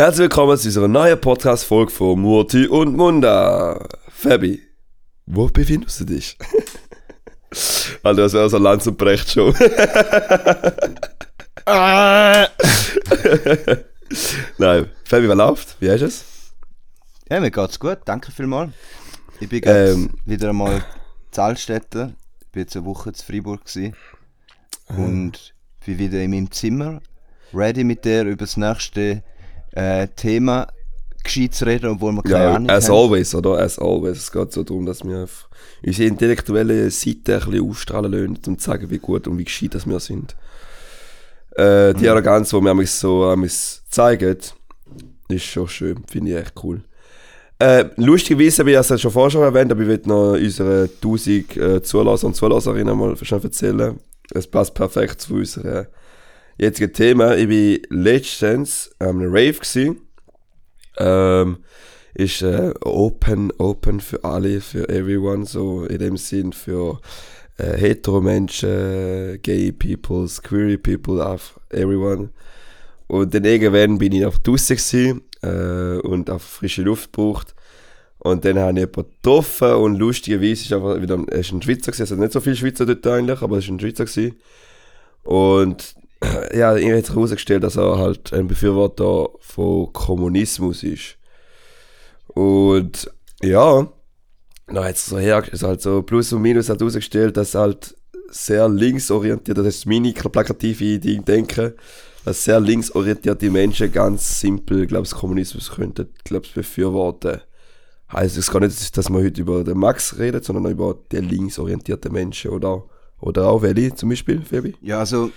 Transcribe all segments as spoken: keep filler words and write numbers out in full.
Herzlich willkommen zu unserer neuen Podcast-Folge von Murti und Munda. Fabi, wo befindest du dich? Alter, das wäre so eine Lanz- und Brecht-Show. Nein, Fabi, was läuft? Wie ist es? Ja, mir geht's gut, danke vielmals. Ich bin jetzt ähm, wieder einmal in Zahlstätten. Ich war jetzt eine Woche in Freiburg gewesen. Und bin wieder in meinem Zimmer, ready mit dir über das nächste äh, Thema gescheit zu reden, obwohl wir keine ja, Ahnung as haben. always, oder? As always. Es geht so darum, dass wir auf unsere intellektuelle Seite ein bisschen ausstrahlen lassen, um zu sagen, wie gut und wie gescheit dass wir sind. Äh, die mhm. Arroganz, die wir so zeigen, ist schon schön, finde ich echt cool. Äh, lustigerweise habe ich es schon vorher schon erwähnt, aber ich will noch unsere tausend äh, Zulasser und Zulasserinnen mal schon erzählen. Es passt perfekt zu unserem jetzigen Thema. Ich war letztens am ähm, Rave gewesen. Ähm, ist äh, open, open für alle, für everyone, so in dem Sinn für äh, Hetero-Menschen, Gay People, Queer People, auf everyone. Und dann irgendwann bin ich auf draussen gewesen, äh, und auf frische Luft gebraucht. Und dann habe ich jemanden getroffen und lustigerweise ist einfach wieder, er ist ein Schweizer gewesen, also nicht so viele Schweizer dort eigentlich, aber es war ein Schweizer gewesen. Und ja, ich habe herausgestellt, dass er halt ein Befürworter von Kommunismus ist. Und ja, dann hat es so her, ist halt so Plus und Minus hat herausgestellt, dass halt sehr linksorientiert, das ist meine plakative Ding denken, dass sehr linksorientierte Menschen ganz simpel, glaube ich, Kommunismus könnten, glaube ich, befürworten. Heißt, es kann nicht, dass wir heute über den Max reden, sondern über die linksorientierten Menschen oder, oder auch welche zum Beispiel, Fabi? Ja, also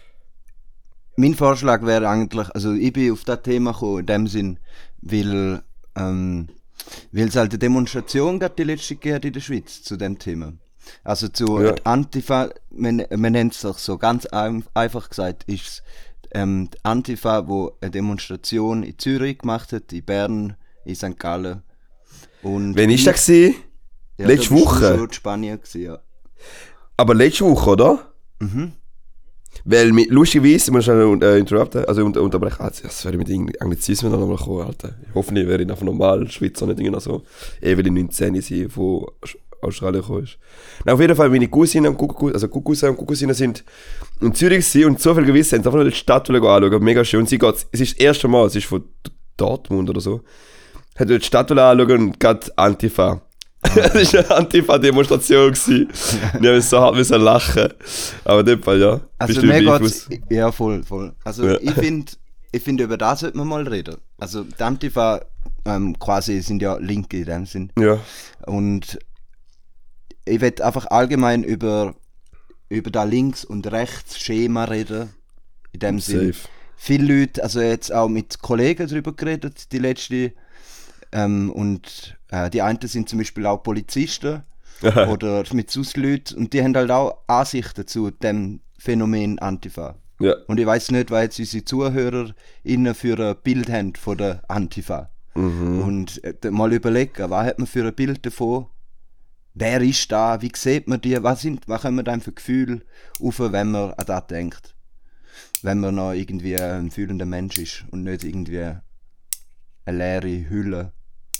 mein Vorschlag wäre eigentlich, also ich bin auf das Thema gekommen, in dem Sinn, weil ähm, weil es halt eine Demonstration gab, die letzte gegeben in der Schweiz zu dem Thema. Also zu ja. Antifa, man, man nennt es doch so ganz ein, einfach gesagt, ist es ähm, die Antifa, wo eine Demonstration in Zürich gemacht hat, in Bern, in Sankt Gallen. Und wann ist das gewesen? Ja, letzte da Woche? Schon in Spanien gewesen, ja. Aber letzte Woche, oder? Mhm. Weil, lustigerweise, ich muss schnell äh, interrupten, also unter, unterbrechen, ah, das werde ich mit Anglizismen noch mal kommen, Alter. Ich hoffe nicht, wäre ich einfach normal Schweizer, nicht irgendwie so, eh, weil ich neunzehn sind, von Australien gekommen ist. Na, auf jeden Fall, meine Cousine und Cousine, also Cousine und Cousine sind in Zürich gewesen und zufälligerweise haben sie einfach nur die Stadt anschauen, mega schön. Und sie geht, es ist das erste Mal, es ist von Dortmund oder so, hat die Stadt anschauen und gerade Antifa. Das war eine Antifa-Demonstration. Ich musste so hart müssen lachen. Aber in dem Fall, ja. Also Bist mir geht's, ja, voll, voll. Also ja. ich finde, ich find, über das sollte man mal reden. Also die Antifa ähm, quasi sind ja Linke in dem Sinn. Ja. Und ich will einfach allgemein über, über das Links- und Rechts-Schema reden. In dem Sinn. Viele Leute, also jetzt auch mit Kollegen darüber geredet, die letzte. Ähm, und äh, die einen sind zum Beispiel auch Polizisten oder mit sonst Leuten und die haben halt auch Ansichten zu dem Phänomen Antifa. Ja. Und ich weiss nicht, was jetzt unsere ZuhörerInnen für ein Bild haben von der Antifa. Mhm. Und äh, mal überlegen, was hat man für ein Bild davon? Wer ist da? Wie sieht man die? Was, sind, was haben wir dann für Gefühle auf, wenn man an das denkt? Wenn man noch irgendwie ein fühlender Mensch ist und nicht irgendwie eine leere Hülle.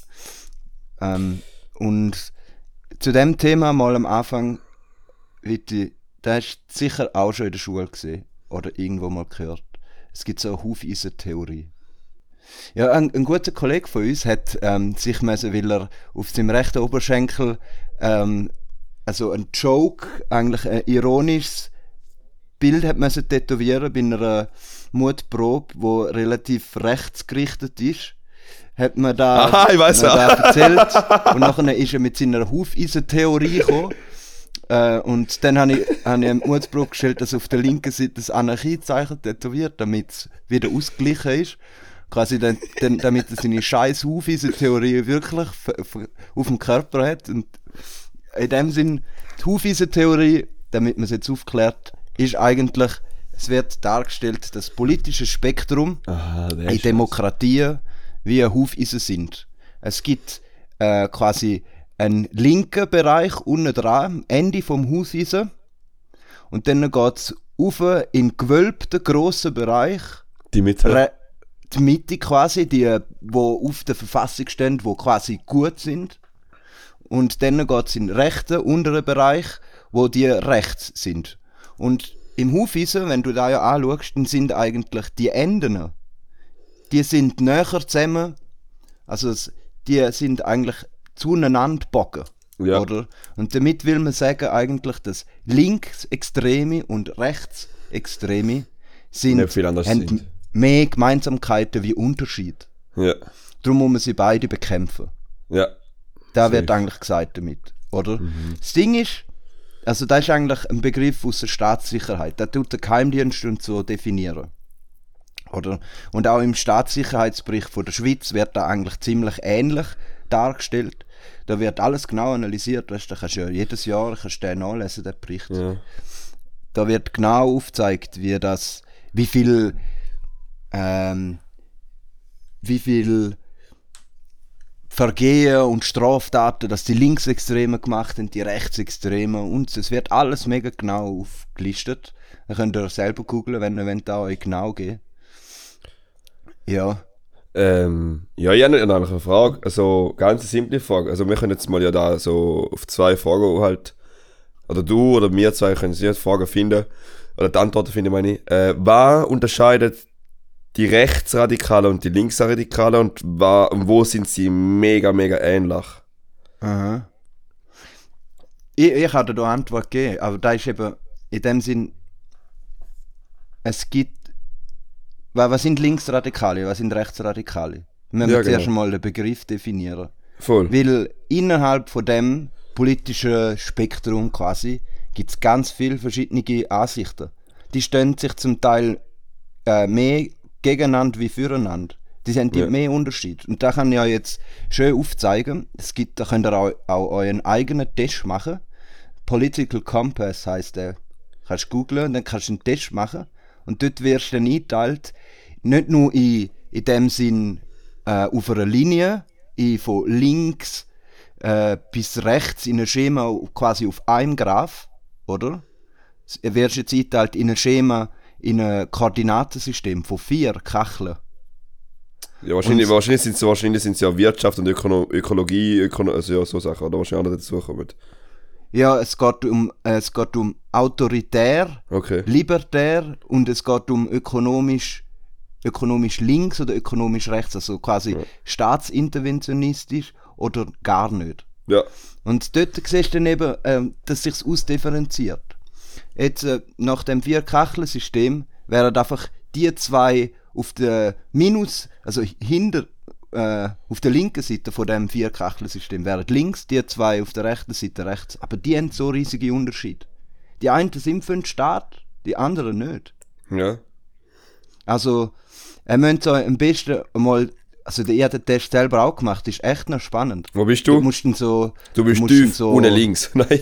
Ähm, und zu dem Thema mal am Anfang, Witti, da hast du sicher auch schon in der Schule gesehen oder irgendwo mal gehört. Es gibt so eine Hufeisen-Theorie. Ja, ein, ein guter Kollege von uns hat ähm, sich müssen, weil er auf seinem rechten Oberschenkel ähm, also ein Joke, eigentlich ein ironisches Bild hat müssen tätowieren bei einer Mutprobe, wo relativ rechtsgerichtet ist. Hat man da, Aha, ich weiss man da erzählt und nachher ist er mit seiner Hufeisen-Theorie gekommen. Äh, und dann habe ich, hab ich einem Mutprobe gestellt, dass auf der linken Seite das Anarchiezeichen tätowiert, damit es wieder ausgeglichen ist. Quasi dann, dann, damit er seine scheiß Hufeisen-Theorie wirklich f- f- auf dem Körper hat. Und in dem Sinn, die Hufeisen-Theorie, damit man es jetzt aufklärt, ist eigentlich, es wird dargestellt, das politische Spektrum Aha, in Demokratien wie ein Hufeisen sind. Es gibt äh, quasi einen linken Bereich unten dran, am Ende vom Hufeisen. Und dann geht es rauf in gewölbten grossen Bereich. Die Mitte. Re- die Mitte quasi, die, wo auf der Verfassung stehen, wo quasi gut sind. Und dann geht es in den rechten, unteren Bereich, wo die rechts sind. Und im Hufeisen, wenn du da ja anschaust, dann sind eigentlich die Enden, die sind näher zusammen, also es, die sind eigentlich zueinander bocken. Ja. Oder? Und damit will man sagen eigentlich, dass Linksextreme und Rechtsextreme sind, Nicht viel anders haben sind. mehr Gemeinsamkeiten wie Unterschied. Ja. Darum muss man sie beide bekämpfen. Ja. Da Safe. wird eigentlich gesagt damit, oder? Mhm. Das Ding ist, also das ist eigentlich ein Begriff aus der Staatssicherheit. Da tut der Geheimdienst und so definieren. Oder? Und auch im Staatssicherheitsbericht von der Schweiz wird da eigentlich ziemlich ähnlich dargestellt. Da wird alles genau analysiert. Weißt, da kannst du ja jedes Jahr kannst du den nachlesen, den Bericht. Ja. Da wird genau aufgezeigt, wie das, wie viel, ähm, wie viel Vergehen und Straftaten, dass die Linksextremen gemacht haben, die Rechtsextremen und es wird alles mega genau aufgelistet. Da könnt ihr selber googeln, wenn ihr da euch genau geht. Ja. Ähm, ja, ich habe noch eine Frage, also ganz eine simple Frage. Also wir können jetzt mal ja da so auf zwei Fragen halt, oder du oder wir zwei können sich Fragen finden, oder die Antworten finden, meine ich. Äh, was unterscheidet die Rechtsradikalen und die Linksradikalen und, wa- und wo sind sie mega, mega ähnlich? Aha. Ich, ich kann dir da eine Antwort geben, aber da ist eben in dem Sinn, es gibt, wa- was sind Linksradikale, was sind Rechtsradikale? Wir müssen Ja, zuerst genau. mal den Begriff definieren. Voll. Weil innerhalb von dem politischen Spektrum quasi gibt es ganz viele verschiedene Ansichten. Die stehen sich zum Teil äh, mehr gegeneinander wie füreinander. Die sind Ja. mehr Unterschied. Und da kann ich ja jetzt schön aufzeigen. Es gibt, da könnt ihr auch, auch euren eigenen Test machen. Political Compass heisst der. Kannst du googlen und dann kannst du einen Test machen. Und dort wirst du dann eingeteilt, nicht nur in, in dem Sinn äh, auf einer Linie, in, von links äh, bis rechts in einem Schema quasi auf einem Graph, oder? Du wirst jetzt eingeteilt in ein Schema, in ein Koordinatensystem von vier Kacheln. Ja, wahrscheinlich, Und- wahrscheinlich sind es wahrscheinlich sind's ja Wirtschaft und Ökono Ökologie, Ökono also ja, so Sachen, oder wahrscheinlich auch noch dazu kommen. Ja, es geht um, äh, es geht um autoritär, Okay. libertär und es geht um ökonomisch, ökonomisch links oder ökonomisch rechts, also quasi Ja. staatsinterventionistisch oder gar nicht. Ja. Und dort siehst du dann eben, ähm, dass sich's ausdifferenziert. Jetzt, äh, nach dem Vier-Kacheln-System wären einfach die zwei auf der Minus, also hinter, äh, auf der linken Seite von dem Vier-Kacheln-System wären links, die zwei auf der rechten Seite rechts. Aber die haben so riesige Unterschiede. Die einen sind für den Staat, die anderen nicht. Ja. Also, er müsst so am besten mal, also ich habe den Test selber auch gemacht, ist echt noch spannend. Wo bist Du du? musst dann so, Du bist musst dann tief, so, unten links. Nein.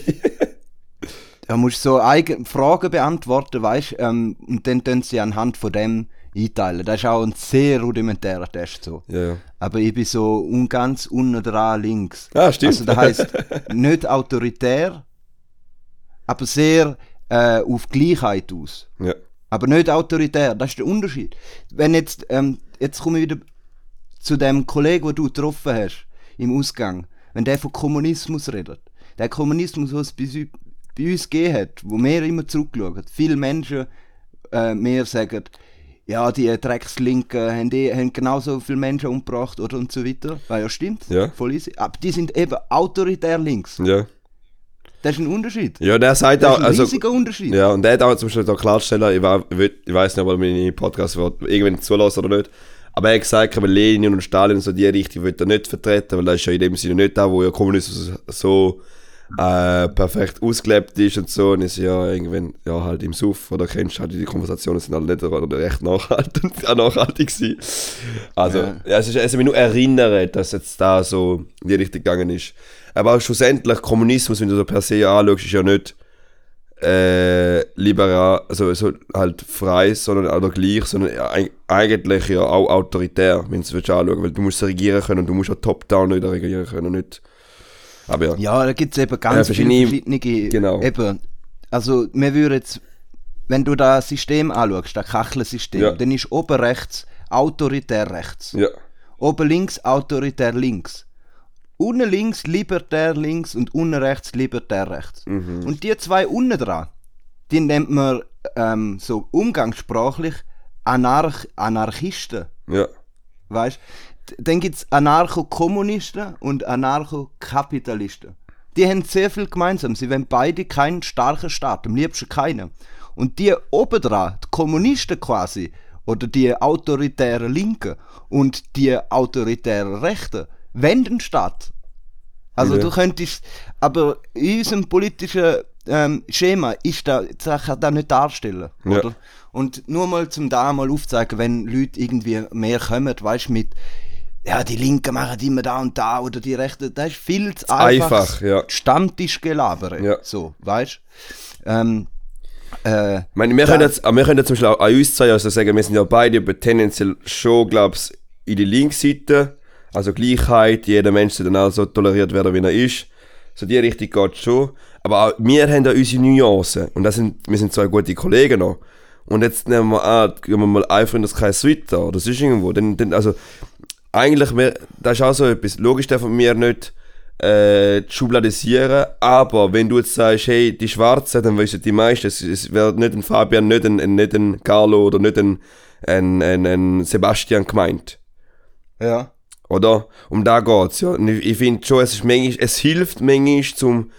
Da musst du so eigen Fragen beantworten, weißt, ähm, und dann tun sie anhand von dem einteilen. Das ist auch ein sehr rudimentärer Test so. Ja, ja. Aber ich bin so un ganz unten dran links. Ah, stimmt. Also das heisst, nicht autoritär, aber sehr äh, auf Gleichheit aus. Ja. Aber nicht autoritär, das ist der Unterschied. Wenn jetzt, ähm, jetzt komme ich wieder zu dem Kollegen, den du getroffen hast, im Ausgang. Wenn der von Kommunismus redet. Der Kommunismus, was es bei, uns- bei uns gegeben hat, wo wir immer zurückschauen. Viele Menschen äh, mehr sagen, ja, die Dreckslinken haben, eh, haben genauso viele Menschen umgebracht oder und so weiter. Weil ja stimmt, Ja. voll easy. Aber die sind eben autoritär links. Ja. Das ist ein Unterschied. Ja, der sagt Das auch, ist ein also, riesiger Unterschied. ja, und der hat auch zum Beispiel da klarstellen, ich, wa- ich will- ich weiß nicht, ob er meine Podcast wird, irgendwann zulassen oder nicht, aber er hat gesagt, aber Lenin und Stalin und so die Richtung will er nicht vertreten, weil das ist ja in dem Sinne nicht da, wo ja Kommunismus so äh, perfekt ausgelebt ist und so, und ist ja irgendwann, ja, halt im Suff, oder kennst du halt, die Konversationen sind halt nicht oder recht nachhaltig, auch nachhaltig gewesen. Also, Ja. ja, es ist, es ist mich nur erinnert, dass jetzt da so in die Richtung gegangen ist. Aber auch schlussendlich, Kommunismus, wenn du so per se anschaust, ist ja nicht äh, liberal, also so halt frei, sondern auch gleich, sondern eig- eigentlich ja auch autoritär, wenn du es willst anschauen, weil du musst regieren können und du musst auch top-down nicht regieren können und nicht. Aber ja. Ja, da gibt es eben Ja, ganz viele verschiedene- verschiedene. genau. Eben, also, wir würden jetzt, wenn du das System anschaust, das Kachelensystem, Ja. dann ist oben rechts autoritär rechts. Ja. Oben links autoritär links. Unten links libertär links und unten rechts libertär rechts. Mhm. Und die zwei unten dran, die nennt man ähm, so umgangssprachlich Anarch- Anarchisten. Ja. Weißt du? Dann gibt es Anarcho-Kommunisten und Anarcho-Kapitalisten. Die haben sehr viel gemeinsam. Sie wollen beide keinen starken Staat, am liebsten keinen. Und die oben dran, die Kommunisten quasi, oder die autoritären Linken und die autoritären Rechten, wollen den Staat. Also Ja. du könntest, aber in unserem politischen ähm, Schema ist da, das kann das nicht darstellen, Ja. oder? Und nur mal zum da mal aufzeigen, wenn Leute irgendwie mehr kommen, weißt du, mit ja, die Linken machen immer da und da oder die Rechten, das ist viel zu einfach. Einfach, ja. Stammtischgelabere, Ja. so, weißt du? Ähm, äh, Ich meine, wir, Da- können jetzt, wir können jetzt zum Beispiel auch an uns zwei also sagen, wir sind ja beide aber tendenziell schon, glaube ich, in die Linksseite. Also Gleichheit, jeder Mensch soll dann auch so toleriert werden, wie er ist. So die Richtung geht schon. Aber auch wir haben ja unsere Nuancen. Und das sind, wir sind zwei gute Kollegen noch. Und jetzt nehmen wir an, gehen wir mal einfach in das Kreis weiter oder sonst irgendwo. Dann, dann, also, eigentlich, wir, das ist auch so etwas. Logisch dürfen wir nicht äh, schubladisieren, aber wenn du jetzt sagst, hey, die Schwarzen, dann wissen die meisten, es, es wird nicht ein Fabian, nicht ein, ein, nicht ein Carlo oder nicht ein, ein, ein, ein Sebastian gemeint. ja. Oder? Um da geht's, ja. Und ich, ich finde schon, es, ist manchmal, es hilft manchmal zum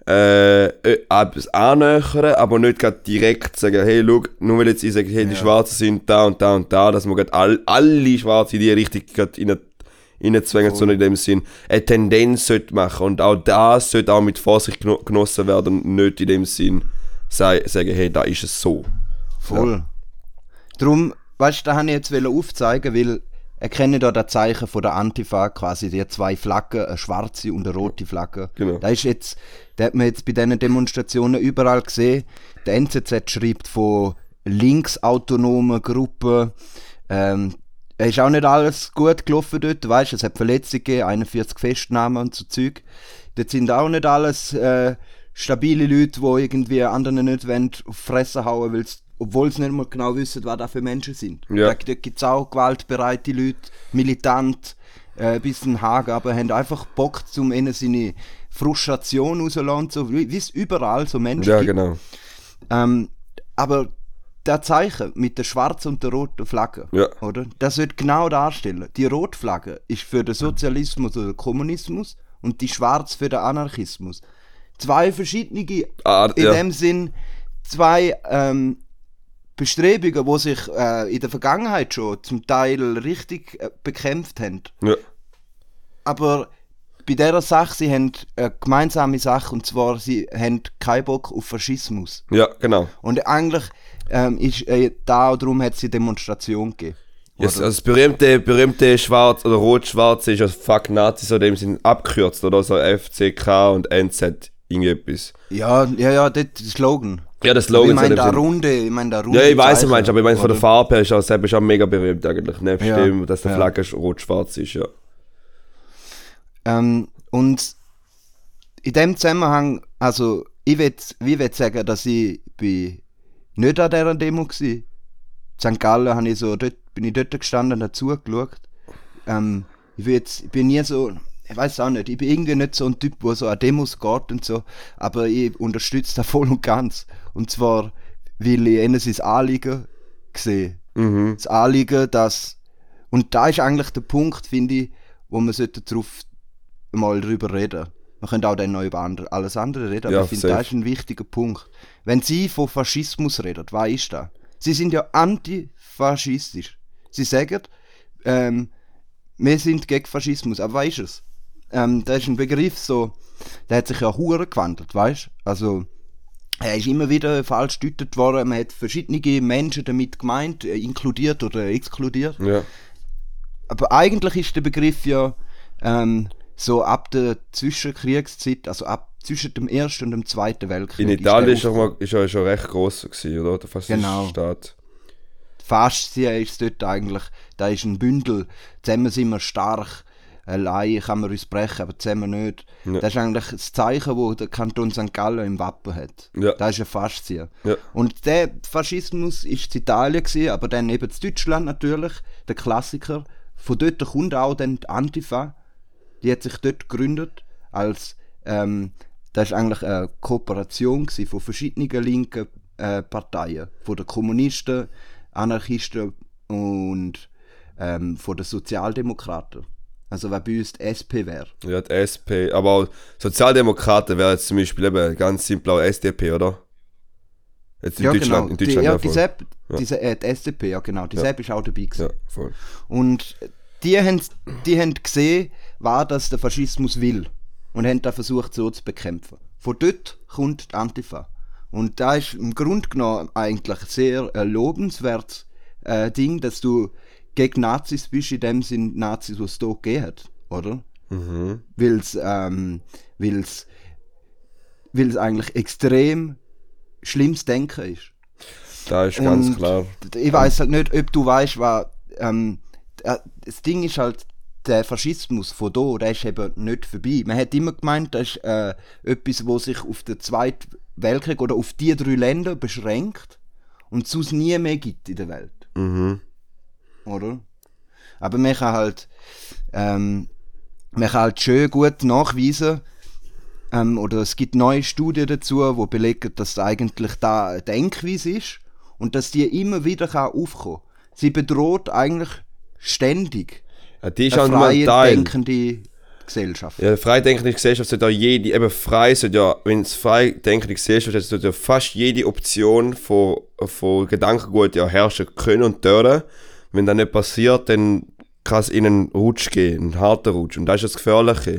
äh, etwas annähern, aber nicht gerade direkt sagen, hey, schau, nur weil jetzt ich sage, hey, die Ja. Schwarzen sind da und da und da, dass man gerade all, alle Schwarzen in die Richtung gerade rein, reinzwängen, Voll. sondern in dem Sinn eine Tendenz sollte machen. Und auch das sollte auch mit Vorsicht geno- genossen werden und nicht in dem Sinn sei, sagen, hey, da ist es so. Voll. Darum, weißt du, da habe ich jetzt wollen aufzeigen, weil erkenne da das Zeichen von der Antifa, quasi die zwei Flaggen, eine schwarze und eine rote Flagge. Genau. Da ist jetzt, da hat man jetzt bei diesen Demonstrationen überall gesehen, der N Z Z schreibt von linksautonomen Gruppen. Ähm, es ist auch nicht alles gut gelaufen dort, weißt du, es hat Verletzungen gegeben, einundvierzig Festnahmen und so Zeug. Dort sind auch nicht alles äh, stabile Leute, die irgendwie anderen nicht wollen, auf die Fresse hauen, weil's, obwohl sie nicht mal genau wissen, was das für Menschen sind. Ja. Da, dort gibt es auch gewaltbereite Leute, militant, äh, bis in den Hagen, aber haben einfach Bock, um ihnen seine Frustration rauszulassen, so, wie es überall so Menschen Ja, gibt. genau. Ähm, aber das Zeichen mit der schwarzen und der roten Flagge, Ja. oder? Das wird genau darstellen. Die rote Flagge ist für den Sozialismus oder den Kommunismus und die schwarze für den Anarchismus. Zwei verschiedene, Ah, in ja. dem Sinn, zwei ähm, Bestrebungen, die sich äh, in der Vergangenheit schon zum Teil richtig äh, bekämpft haben. Ja. Aber bei dieser Sache, sie haben eine gemeinsame Sache, und zwar, sie haben keinen Bock auf Faschismus. Ja, genau. Und eigentlich ähm, ist äh, da auch darum hat es die Demonstration gegeben. Yes, Oder? also das berühmte, berühmte Schwarz oder Rot-Schwarze ist ja Fuck Nazis, so dem sind abgekürzt, oder so F C K und N Z, irgendetwas. Ja, ja, ja, das ist der Slogan. Ja, das Aber Slogan ich meine so in da dem Sinn. Runde, ich meine da Runde. Ja, ich weiß, was Zeichen, du meinst, aber ich meine von der oder? Farbe her ist auch selber schon mega berühmt eigentlich, nebst Ja, dem, dass der ja. Flagge rot-schwarz ist, ja. Ähm, und in dem Zusammenhang, also ich will, ich will sagen, dass ich bei nicht an dieser Demo war. In Sankt Gallen habe ich so, dort, bin ich dort gestanden und dazu geschaut. Ähm, ich, bin jetzt, ich bin nie so, ich weiß auch nicht, ich bin irgendwie nicht so ein Typ, der so an Demos geht und so, aber ich unterstütze das voll und ganz. Und zwar, weil ich einerseits das Anliegen sehe. Mhm. Das Anliegen, dass, und da ist eigentlich der Punkt, finde ich, wo man sollte drauf mal drüber reden. Wir können auch dann noch über andere, alles andere reden, aber Ja, ich finde, safe. das ist ein wichtiger Punkt. Wenn Sie von Faschismus reden, was ist das? Sie sind ja antifaschistisch. Sie sagen, ähm, wir sind gegen Faschismus, aber was ist es? Ähm, das ist ein Begriff, so, der hat sich ja hure gewandelt, weißt du? Also, er ist immer wieder falsch gedeutet worden, man hat verschiedene Menschen damit gemeint, äh, inkludiert oder exkludiert. Ja. Aber eigentlich ist der Begriff ja ähm, so ab der Zwischenkriegszeit, also ab zwischen dem Ersten und dem Zweiten Weltkrieg. In ist Italien der ist er mal, ist er schon recht gross gewesen, oder? Der faschistische Genau. Staat. Faszie ist dort eigentlich, da ist ein Bündel, zusammen sind wir stark, allein kann man uns brechen, aber zusammen nicht. Ja. Das ist eigentlich das Zeichen, das der Kanton Sankt Gallen im Wappen hat. Ja. Das ist ein Fasziehen. Ja. Und der Faschismus war in Italien, gewesen, aber dann eben in Deutschland natürlich, der Klassiker. Von dort kommt auch dann die Antifa. Die hat sich dort gegründet als, ähm, das war eigentlich eine Kooperation gewesen von verschiedenen linken äh, Parteien. Von den Kommunisten, Anarchisten und ähm, von den Sozialdemokraten. Also wenn bei uns die S P wäre. Ja, die S P. Aber auch Sozialdemokraten wäre jetzt zum Beispiel eben ganz simpel auch S D P, oder? Jetzt in ja, Deutschland. genau. In Deutschland die, ja, ja, die, voll. Sepp, Ja. die, äh, die S D P, ja genau. Die Ja. Sepp ist auch dabei gewesen. Ja, voll. Und die haben, die haben gesehen, was das der Faschismus will. Und haben das versucht so zu bekämpfen. Von dort kommt die Antifa. Und da ist im Grunde genommen eigentlich sehr ein lobenswertes äh, Ding, dass du gegen Nazis bist, in dem Sinn Nazis, die es da gegeben hat, oder? Mhm. Weil es ähm, weil's, weil's eigentlich extrem schlimmes Denken ist. Da ist ganz Und klar. Ich weiß halt nicht, ob du weißt, was. Ähm, das Ding ist halt, der Faschismus von da, der ist eben nicht vorbei. Man hat immer gemeint, das ist äh, etwas, was sich auf den Zweiten Weltkrieg oder auf die drei Länder beschränkt und es sonst nie mehr gibt in der Welt. Mhm. Oder? Aber man kann halt, ähm, man kann halt schön gut nachweisen, ähm, oder es gibt neue Studien dazu, die belegen, dass eigentlich da eine Denkweise ist und dass die immer wieder kann aufkommen kann. Sie bedroht eigentlich ständig Ja, die ist eine auch nur ein freie, Teil. denkende Gesellschaft. Ja, freidenkende Gesellschaft sollte auch jede, eben frei sollte ja, wenn es freidenkende Gesellschaft ist, sollte ja fast jede Option von, von Gedankengut ja herrschen können und dürfen. Wenn das nicht passiert, dann kann es in einen Rutsch gehen, einen harten Rutsch. Und das ist das Gefährliche.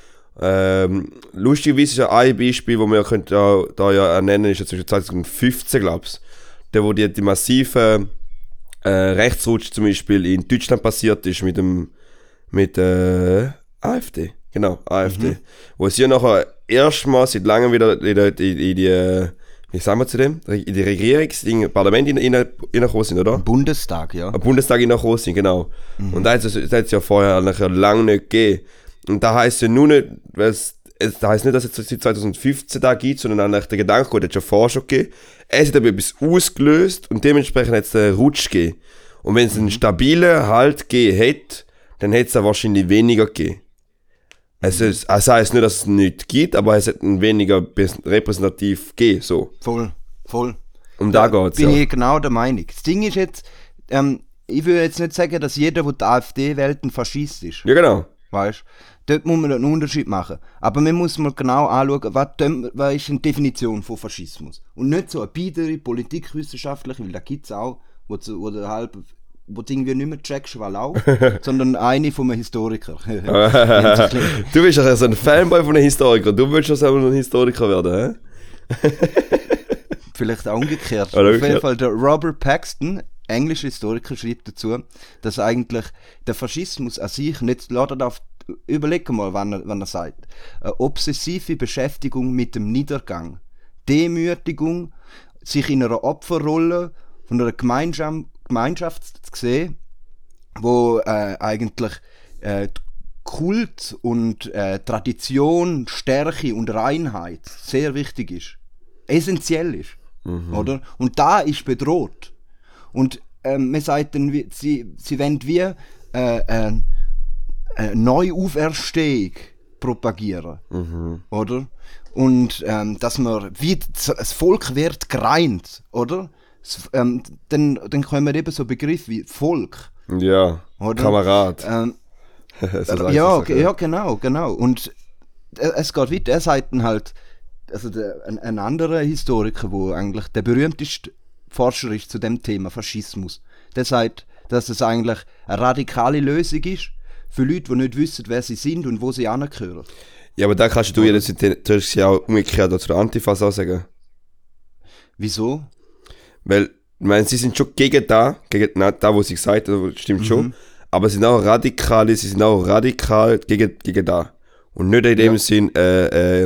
Ähm, lustigerweise ist ja ein Beispiel, das wir könnte da, da ja nennen, ist ja zum Beispiel zwanzig fünfzehn, glaube ich, der, wo die, die massive äh, Rechtsrutsch zum Beispiel in Deutschland passiert ist mit dem mit äh, AfD, genau, AfD. Mhm. Wo sie ja nachher erstmals seit langem wieder in die, in, in die äh, wie sagen wir zu dem, in die Regierungs-, in das Parlament reingekommen sind, oder? Bundestag, ja. Am Bundestag reingekommen sind, genau. Mhm. Und da hat es ja vorher nachher lange nicht gegeben. Und da heisst ja nur nicht, weil es, es heisst nicht, dass es seit zwanzig fünfzehn da gibt, sondern eigentlich der Gedanke, der hat schon vorher schon gegeben. Es hat aber etwas ausgelöst und dementsprechend hat es einen Rutsch gegeben. Und wenn es einen stabilen Halt gegeben hätte, dann hätte es da wahrscheinlich weniger gegeben. Also es also heisst nicht, dass es nichts gibt, aber es hat einen weniger repräsentativ gegeben, so. Voll, voll. Um da geht's bin ja. ich genau der Meinung. Das Ding ist jetzt, ähm, ich würde jetzt nicht sagen, dass jeder, der die AfD wählt, ein Faschist ist. Ja, genau. Weißt? Dort muss man einen Unterschied machen. Aber man muss mal genau anschauen, was, was ist eine Definition von Faschismus. Und nicht so eine biedere politikwissenschaftliche, weil da gibt es auch, wo du, wo du halb, wo du irgendwie nicht mehr checkst, was läuft, sondern eine von einem Historiker. Du bist ja so ein Fanboy von einem Historiker. Du willst ja selber ein Historiker werden, hä? Vielleicht auch umgekehrt. Oder Auf umgekehrt. jeden Fall, der Robert Paxton, englischer Historiker, schreibt dazu, dass eigentlich der Faschismus an sich nicht, auf, überleg mal, wann er, wann er sagt, eine obsessive Beschäftigung mit dem Niedergang, Demütigung, sich in einer Opferrolle von einer Gemeinschaft, Gemeinschaft zu sehen, wo äh, eigentlich äh, Kult und äh, Tradition, Stärke und Reinheit sehr wichtig ist, essentiell ist, mhm. oder? Und da ist bedroht. Und ähm, man sagt dann, wie, sie, sie wollen wie äh, äh, eine Neuauferstehung propagieren, mhm. oder? Und ähm, dass man, wie das Volk wird gereint, oder? Das, ähm, dann, dann kommen eben so Begriffe wie Volk. Ja, oder? Kamerad. Ähm, so ja, das, ja, ja, genau, genau. Und es geht weiter, er sagt dann halt, also der, ein, ein anderer Historiker, wo eigentlich der berühmteste Forscher ist zu dem Thema Faschismus, der sagt, dass es eigentlich eine radikale Lösung ist für Leute, die nicht wissen, wer sie sind und wo sie angehören. Ja, aber da kannst du ja das ja auch umgekehrt zu der Antifa auch sagen. Wieso? Weil, ich meine, sie sind schon gegen da, gegen na, da, wo sie gesagt haben, stimmt mhm. schon, aber sie sind auch radikale, sie sind auch radikal gegen, gegen da. Und nicht in dem ja. Sinn, äh, äh,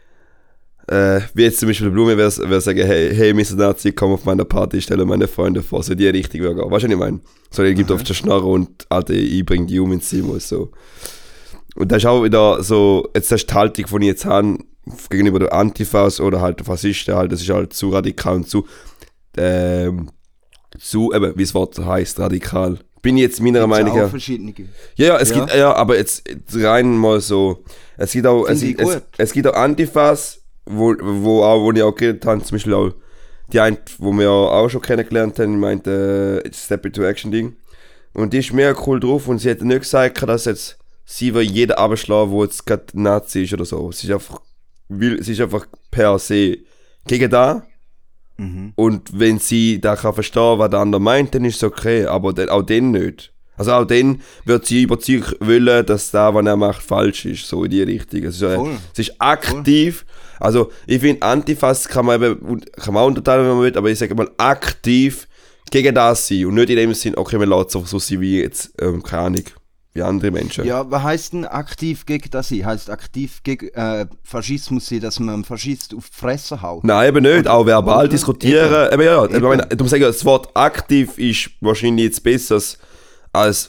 äh, wie jetzt zum Beispiel Blume wäre wär sagen, hey, hey, Mister Nazi, komm auf meine Party, stelle meine Freunde vor, so die Richtung wäre gar. Weißt du, was ich meine? So, der gibt auf der Schnarre und Alter, ich bring die um ins Zimmer, so. Und das ist auch wieder so, jetzt das ist die Haltung, die ich jetzt habe, gegenüber den Antifas oder halt den Faschisten, halt, das ist halt zu radikal und zu, ähm, zu, eben, wie das Wort heisst, radikal. Bin ich jetzt meiner Gibt's Meinung auch her. verschiedene. Ja, ja, es Ja. gibt, ja, aber jetzt, jetzt rein mal so, es gibt auch, es, Finde ich es, gut. es gibt auch Antifas, wo, wo auch, wo ich auch geredet habe, zum Beispiel auch, die eine, wo wir auch schon kennengelernt haben, meinte, äh, Step into Action Ding. Und die ist mega cool drauf und sie hat nicht gesagt, dass jetzt sie will jeden abschlagen, der jetzt gerade Nazi ist oder so. Sie ist einfach, will, sie ist einfach per se gegen da. Mhm. Und wenn sie da kann verstehen, was der andere meint, dann ist es okay, aber dann, auch den nicht. Also auch dann wird sie überzeugt wollen, dass da, was er macht, falsch ist, so in die Richtung. Also, äh, Voll. es ist aktiv, also ich finde Antifas kann man eben, kann man auch unterteilen, wenn man will, aber ich sage mal aktiv gegen das sein und nicht in dem Sinn, okay, man lässt es einfach so sein wie jetzt, ähm, keine Ahnung, wie andere Menschen. Ja, was heisst denn aktiv gegen das sein? Heisst aktiv gegen äh, Faschismus sein, dass man einem Faschist auf die Fresse haut? Nein, eben nicht, Oder- auch verbal oder? diskutieren. Eben, ja, Eben. ich meine, du musst sagen, das Wort aktiv ist wahrscheinlich jetzt besser als, als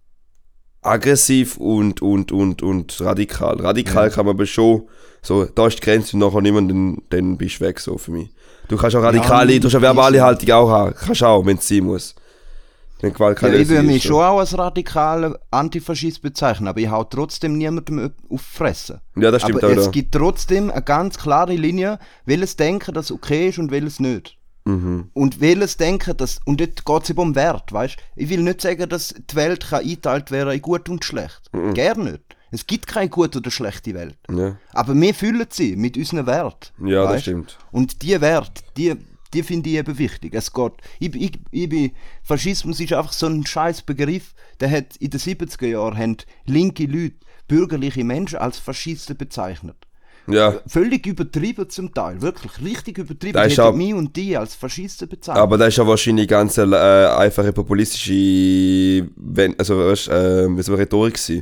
aggressiv und, und, und, und radikal. Radikal Ja. kann man aber schon, so, da ist die Grenze und nachher niemand, dann, dann bist du weg, so für mich. Du kannst auch radikale, Ja, du kannst auch verbale ist- Haltung auch haben, kannst auch, wenn es sein muss. Wenn Gewalt Ja, keine ich Lösung würde mich ist, so. schon auch als radikaler Antifaschist bezeichnen, aber ich hau trotzdem niemandem auf die Fresse. Ja, das stimmt aber auch. es Da. gibt trotzdem eine ganz klare Linie, welches Denken das okay ist und welches nicht. Mhm. Und welches Denken, das, und dort geht es eben um Wert, weißt? Ich will nicht sagen, dass die Welt kann eingeteilt werden in gut und schlecht. Mhm. Gerne nicht. Es gibt keine gute oder schlechte Welt. Ja. Aber wir füllen sie mit unseren Wert. Ja, das weißt? stimmt. Und die Werte, die, die finde ich eben wichtig. Es geht, ich, ich, ich bin, Faschismus ist einfach so ein scheiß Begriff, der hat in den siebziger Jahren haben linke Leute, bürgerliche Menschen als Faschisten bezeichnet. Ja, Völlig übertrieben zum Teil, wirklich richtig übertrieben. Das Die ist hätten auch- mich und die als Faschisten bezeichnet. aber das ist ja wahrscheinlich ganz äh, einfache populistische, wenn, also, weißt, äh, wie so eine Rhetorik gewesen.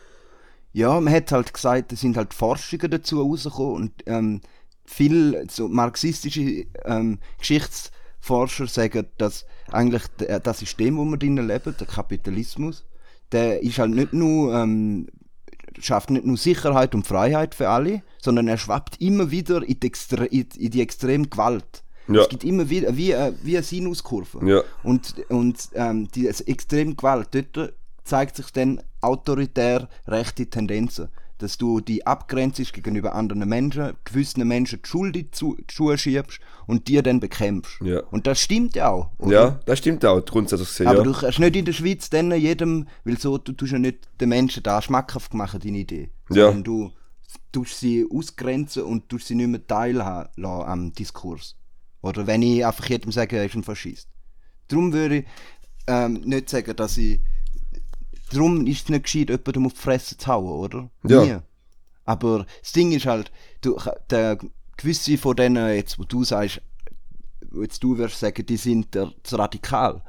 Ja, man hat halt gesagt, es sind halt Forschungen dazu rausgekommen und ähm, viele so marxistische ähm, Geschichtsforscher sagen, dass eigentlich d- äh, das System, wo wir drin leben, der Kapitalismus, der ist halt nicht nur ähm, schafft nicht nur Sicherheit und Freiheit für alle, sondern er schwappt immer wieder in die, extre in, in die extreme Gewalt. Ja. Es gibt immer wieder wie, äh, wie eine Sinuskurve. Ja. Und, und ähm, die also extreme Gewalt, dort zeigt sich dann autoritär rechte Tendenzen. Dass du die abgrenzt gegenüber anderen Menschen, gewissen Menschen die Schuld in die Zu- die Schuhe schiebst und die dann bekämpfst. Ja. Und das stimmt ja auch. oder? Ja, das stimmt auch, grundsätzlich gesehen, Aber ja. du kannst nicht in der Schweiz dann jedem, weil so, du tust ja nicht den Menschen da schmackhaft machen, deine Idee. Ja. Sondern du tust sie ausgrenzen und tust sie nicht mehr teilhaben lassen am Diskurs. Oder wenn ich einfach jedem sage, er ist ein Faschist. Darum würde ich ähm, nicht sagen, dass ich... Darum ist es nicht gescheit, jemandem auf die Fresse zu hauen, oder? Ja. Nie. Aber das Ding ist halt, du, der, gewisse von denen, jetzt, wo du sagst, wo jetzt du wirst sagen, die sind der, zu radikal.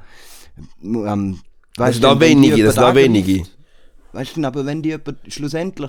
Ähm, Das weißt sind du, auch wenn die wenige, das sind jemand auch wenige. angreift, Weißt du, aber wenn die jemand schlussendlich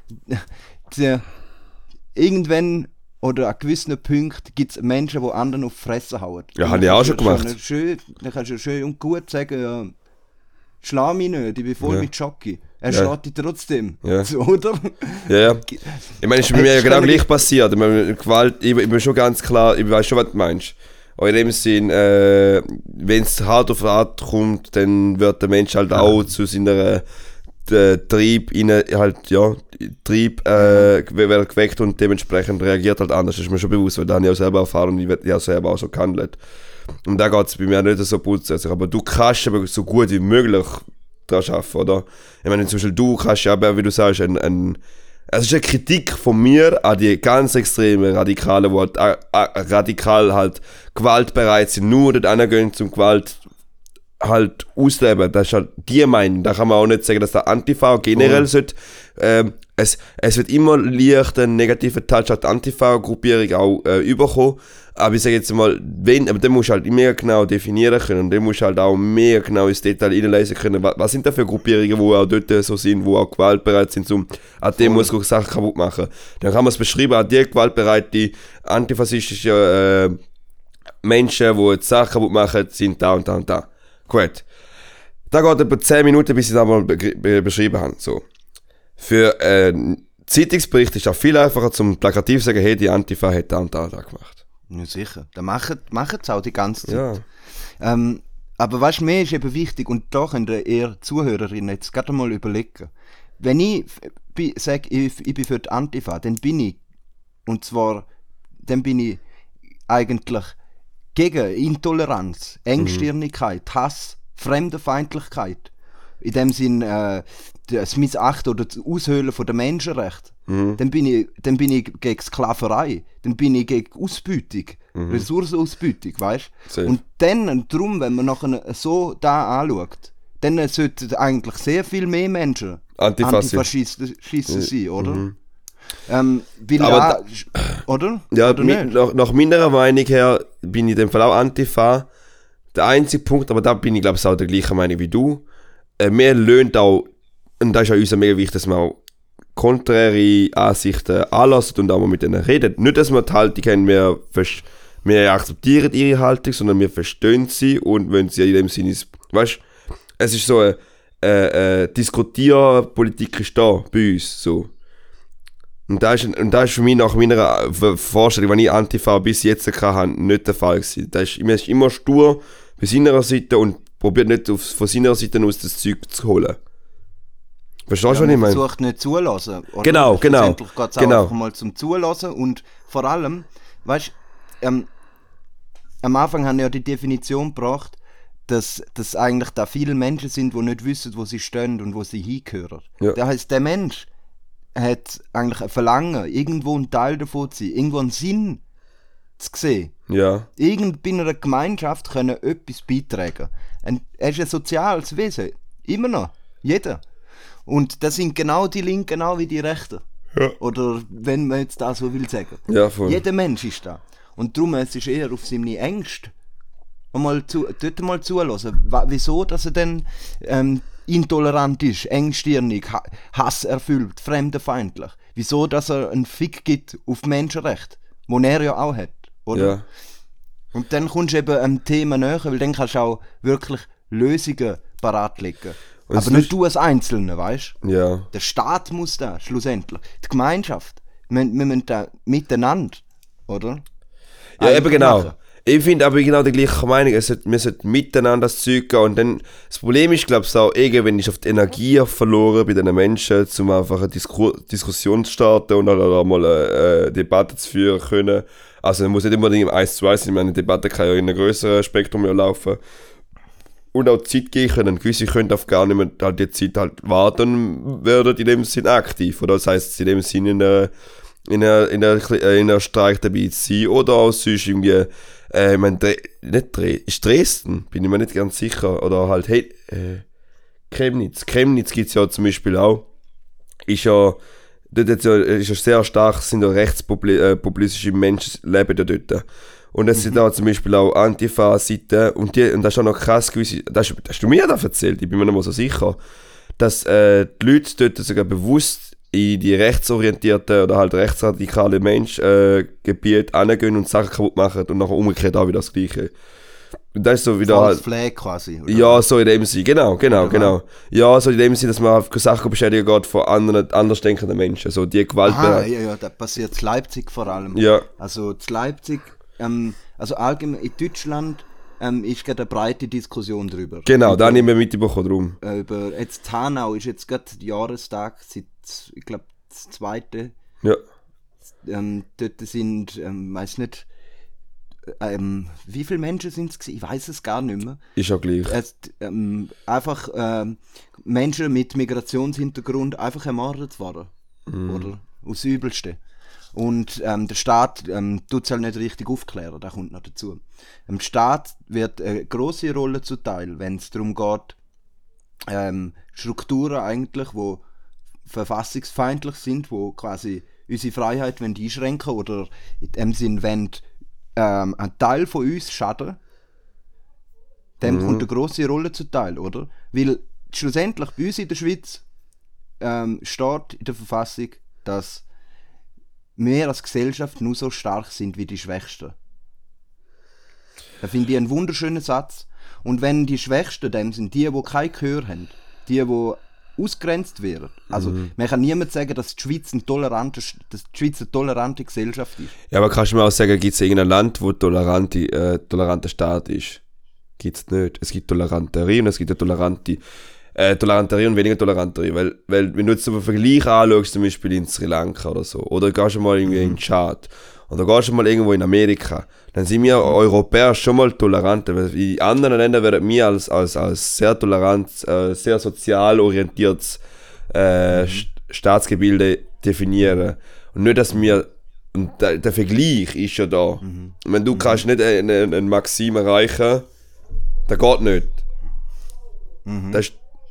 die, irgendwann oder an gewissen Punkten gibt es Menschen, die anderen auf die Fresse hauen. Ja, Und habe dann ich auch kannst schon du gemacht. Schön, dann kannst du schön und gut sagen, ja, schlag mich nicht, ich bin voll Ja. mit Jockey. Er Ja. schlägt dich trotzdem. Ja. So, oder? Ja, ja. Ich meine, es ist bei mir ja Hättest genau du gleich passiert. Ich meine, Gewalt, ich, ich bin schon ganz klar, ich weiß schon, was du meinst. Aber in dem Sinn, äh, wenn es hart auf hart kommt, dann wird der Mensch halt auch zu seiner äh, Trieb, rein, halt, ja, Trieb äh, ge- wird geweckt und dementsprechend reagiert halt anders. Das ist mir schon bewusst, weil da habe ich auch selber erfahren und ich werde ja selber auch so gehandelt. Und da geht es bei mir nicht so grundsätzlich. Aber du kannst aber so gut wie möglich daran arbeiten, oder? Ich meine, zum Beispiel du kannst ja aber, wie du sagst, ein, ein es ist eine Kritik von mir an die ganz extreme Radikale, die halt, äh, äh, radikal halt gewaltbereit sind, nur dort hingehen zum Gewalt halt ausleben. Das ist halt die Meinung. Da kann man auch nicht sagen, dass der Antifa generell Oh. sollte. Ähm, es, es wird immer leicht einen negativen Touch an die Antifa-Gruppierung auch äh, überkommen. Aber ich sage jetzt mal, wenn, aber dann musst du halt mega genau definieren können und dann musst du halt auch mega genau ins Detail reinlesen können. Was, was sind da für Gruppierungen, die auch dort so sind, die auch gewaltbereit sind, um an dem muss Sachen kaputt machen. Dann kann man es beschreiben, an die gewaltbereite antifaschistische äh, Menschen, die jetzt Sachen kaputt machen, sind da und da und da. Gut. Da geht etwa zehn Minuten, bis ich das mal be be beschrieben habe. So. für einen Zeitungsbericht ist es auch viel einfacher, zum plakativ zu sagen, hey, die Antifa hat da und da, da gemacht. Ja, sicher. Dann machen es auch die ganze Zeit. Ja. Ähm, aber weißt du, mir ist eben wichtig, und da könnt ihr Zuhörerinnen jetzt gerade mal überlegen. Wenn ich sage, ich, ich bin für die Antifa, dann bin ich, und zwar, dann bin ich eigentlich gegen Intoleranz, Engstirnigkeit, Hass, Fremdenfeindlichkeit. In dem Sinn, äh, das Missachten oder das Aushöhlen von der Menschenrechte. Mhm. Dann, bin ich, dann bin ich gegen Sklaverei, dann bin ich gegen Ausbeutung, mhm. Ressourcenausbeutung, weißt du? Und dann, und darum, wenn man nachher so da anschaut, dann sollten eigentlich sehr viel mehr Menschen Antifaschisten mhm. sein, oder? Mhm. Ähm, weil aber da, da, oder? Ja, oder mit, nach, nach meiner Meinung her bin ich in dem Fall auch Antifa. Der einzige Punkt, aber da bin ich glaube ich auch der gleichen Meinung wie du. Äh, mir löhnt auch, und das ist auch uns mega wichtig, dass man auch konträre Ansichten anlässt und auch mal mit denen redet. Nicht, dass wir die Haltung haben, wir, wir akzeptieren ihre Haltung, sondern wir verstehen sie und wenn sie in dem Sinne ist, weißt, es ist so eine äh, äh, Diskutierpolitik ist da bei uns, so. Und das ist, und das ist für mich nach meiner Vorstellung, die ich Antifa bis jetzt hatte, nicht der Fall gewesen. Das ist, man ist immer stur bei seiner Seite und probiert nicht auf, von seiner Seite aus das Zeug zu holen. Verstehst du, ja, was ich meine? Man versucht nicht zulassen. Oder? Genau, genau. Schlussendlich geht es auch genau. einfach mal zum Zulassen und vor allem, weißt du, ähm, am Anfang haben wir ja die Definition gebracht, dass, dass eigentlich da viele Menschen sind, die nicht wissen, wo sie stehen und wo sie hingehören. Ja. Das heisst, der Mensch hat eigentlich ein Verlangen, irgendwo ein Teil davon zu sein, irgendwo einen Sinn zu sehen. Ja. Irgend bei einer Gemeinschaft können etwas beitragen. Und er ist ein soziales Wesen. Immer noch. Jeder. Und das sind genau die Linken, genau wie die Rechten. Ja. Oder wenn man jetzt das so will sagen. Ja, voll. Jeder Mensch ist da. Und darum es ist eher auf seine Ängste mal zu, dort mal zulassen. Wieso, dass er dann ähm, intolerant ist, engstirnig, hasserfüllt, fremdenfeindlich. Wieso, dass er einen Fick gibt auf Menschenrechte, den er ja auch hat, oder? Ja. Und dann kommst du eben einem Thema näher, weil dann kannst du auch wirklich Lösungen parat legen. Und aber nicht du als Einzelner, weißt du? Ja. Der Staat muss da, schlussendlich. Die Gemeinschaft. Wir, wir müssen da miteinander, oder? Ja, Eigentlich eben genau. Machen. Ich finde aber genau die gleiche Meinung, es sollte, wir sollten miteinander das Zeug gehen und dann, das Problem ist, glaube ich, auch, irgendwann ist auf die Energie verloren bei den Menschen, um einfach eine Disku- Diskussion zu starten und dann auch mal eine, eine Debatte zu führen können. Also, man muss nicht immer im eins zu eins sein, eine Debatte kann ja in einem größeren Spektrum laufen. Und auch Zeit geben können, gewisse können auf gar nicht mehr halt die Zeit halt warten und werden in dem Sinn aktiv, oder? Das heisst, in dem Sinn in einer, in einer, in einer, in einer Streik dabei zu sein oder auch sonst irgendwie Äh, ich meine, Dre- nicht Dre- ist Dresden, bin ich mir nicht ganz sicher. Oder halt, hey, äh, Chemnitz. Chemnitz gibt es ja zum Beispiel auch. Ist ja, dort ist ja, ist ja sehr stark, sind ja rechtspopulistische Menschen leben da dort. Und es mhm. sind da zum Beispiel auch Antifa-Seiten. Und, die, und das ist auch noch krass gewisse, das, das hast du mir das erzählt, ich bin mir nicht mal so sicher, dass äh, die Leute dort sogar bewusst in die rechtsorientierten oder halt rechtsradikale Menschgebiete äh, hingehen und Sachen kaputt machen und nachher umgekehrt auch wieder das Gleiche. Und das ist so wieder False halt, Flag quasi. Oder? Ja, so in dem Sinne, genau, genau, genau. Ja, so in dem Sinne, dass man auf Sachen beschädigen geht von anderen, anders denkenden Menschen, so die Gewalt. Aha, ja, ja, das passiert in Leipzig vor allem. Ja. Also in Leipzig, ähm, also allgemein in Deutschland ähm, ist gerade eine breite Diskussion darüber. Genau, da nehmen wir mitbekommen drum. Äh, über, jetzt Hanau ist jetzt gerade Jahrestag, seit, ich glaube, das zweite. Ja. Ähm, dort sind, ähm, weiß nicht, ähm, wie viele Menschen sind es gewesen? Ich weiß es gar nicht mehr. Ist ja gleich. Es, ähm, einfach ähm, Menschen mit Migrationshintergrund einfach ermordet worden. Mm. Oder? Aus Übelste. Und ähm, der Staat ähm, tut es halt nicht richtig aufklären, das kommt noch dazu. Im Staat wird eine grosse Rolle zuteil, wenn es darum geht, ähm, Strukturen eigentlich, die verfassungsfeindlich sind, wo quasi unsere Freiheit wollen einschränken oder in dem Sinn wollen, ähm, ein Teil von uns schaden, dem mhm. kommt eine grosse Rolle zuteil, oder? Weil schlussendlich bei uns in der Schweiz ähm, steht in der Verfassung, dass wir als Gesellschaft nur so stark sind wie die Schwächsten. Da finde ich einen wunderschönen Satz. Und wenn die Schwächsten dem sind, die, die kein Gehör haben, die, die ausgrenzt werden. Also mhm. man kann niemand sagen, dass die Schweiz, ein tolerante, dass die Schweiz eine tolerante Gesellschaft ist. Ja, aber kannst du mir auch sagen, gibt es irgendein Land, wo tolerante, äh, toleranter Staat ist? Gibt es nicht. Es gibt Toleranterie und es gibt eine tolerante, äh, Toleranterie und weniger Toleranterie. Weil, weil wenn du jetzt so einen Vergleich anschaust, zum Beispiel in Sri Lanka oder so, oder gehst du mal irgendwie mhm. in Tschad, oder gehst du mal irgendwo in Amerika, dann sind wir Europäer schon mal toleranter. Weil in anderen Ländern werden wir als, als, als sehr tolerant, äh, sehr sozial orientiertes äh, mhm. Staatsgebilde definieren. Und nicht, dass wir, und der, der Vergleich ist ja da. Mhm. Wenn du mhm. kannst nicht einen, einen Maxim erreichen, das geht nicht. Mhm. Das, ist,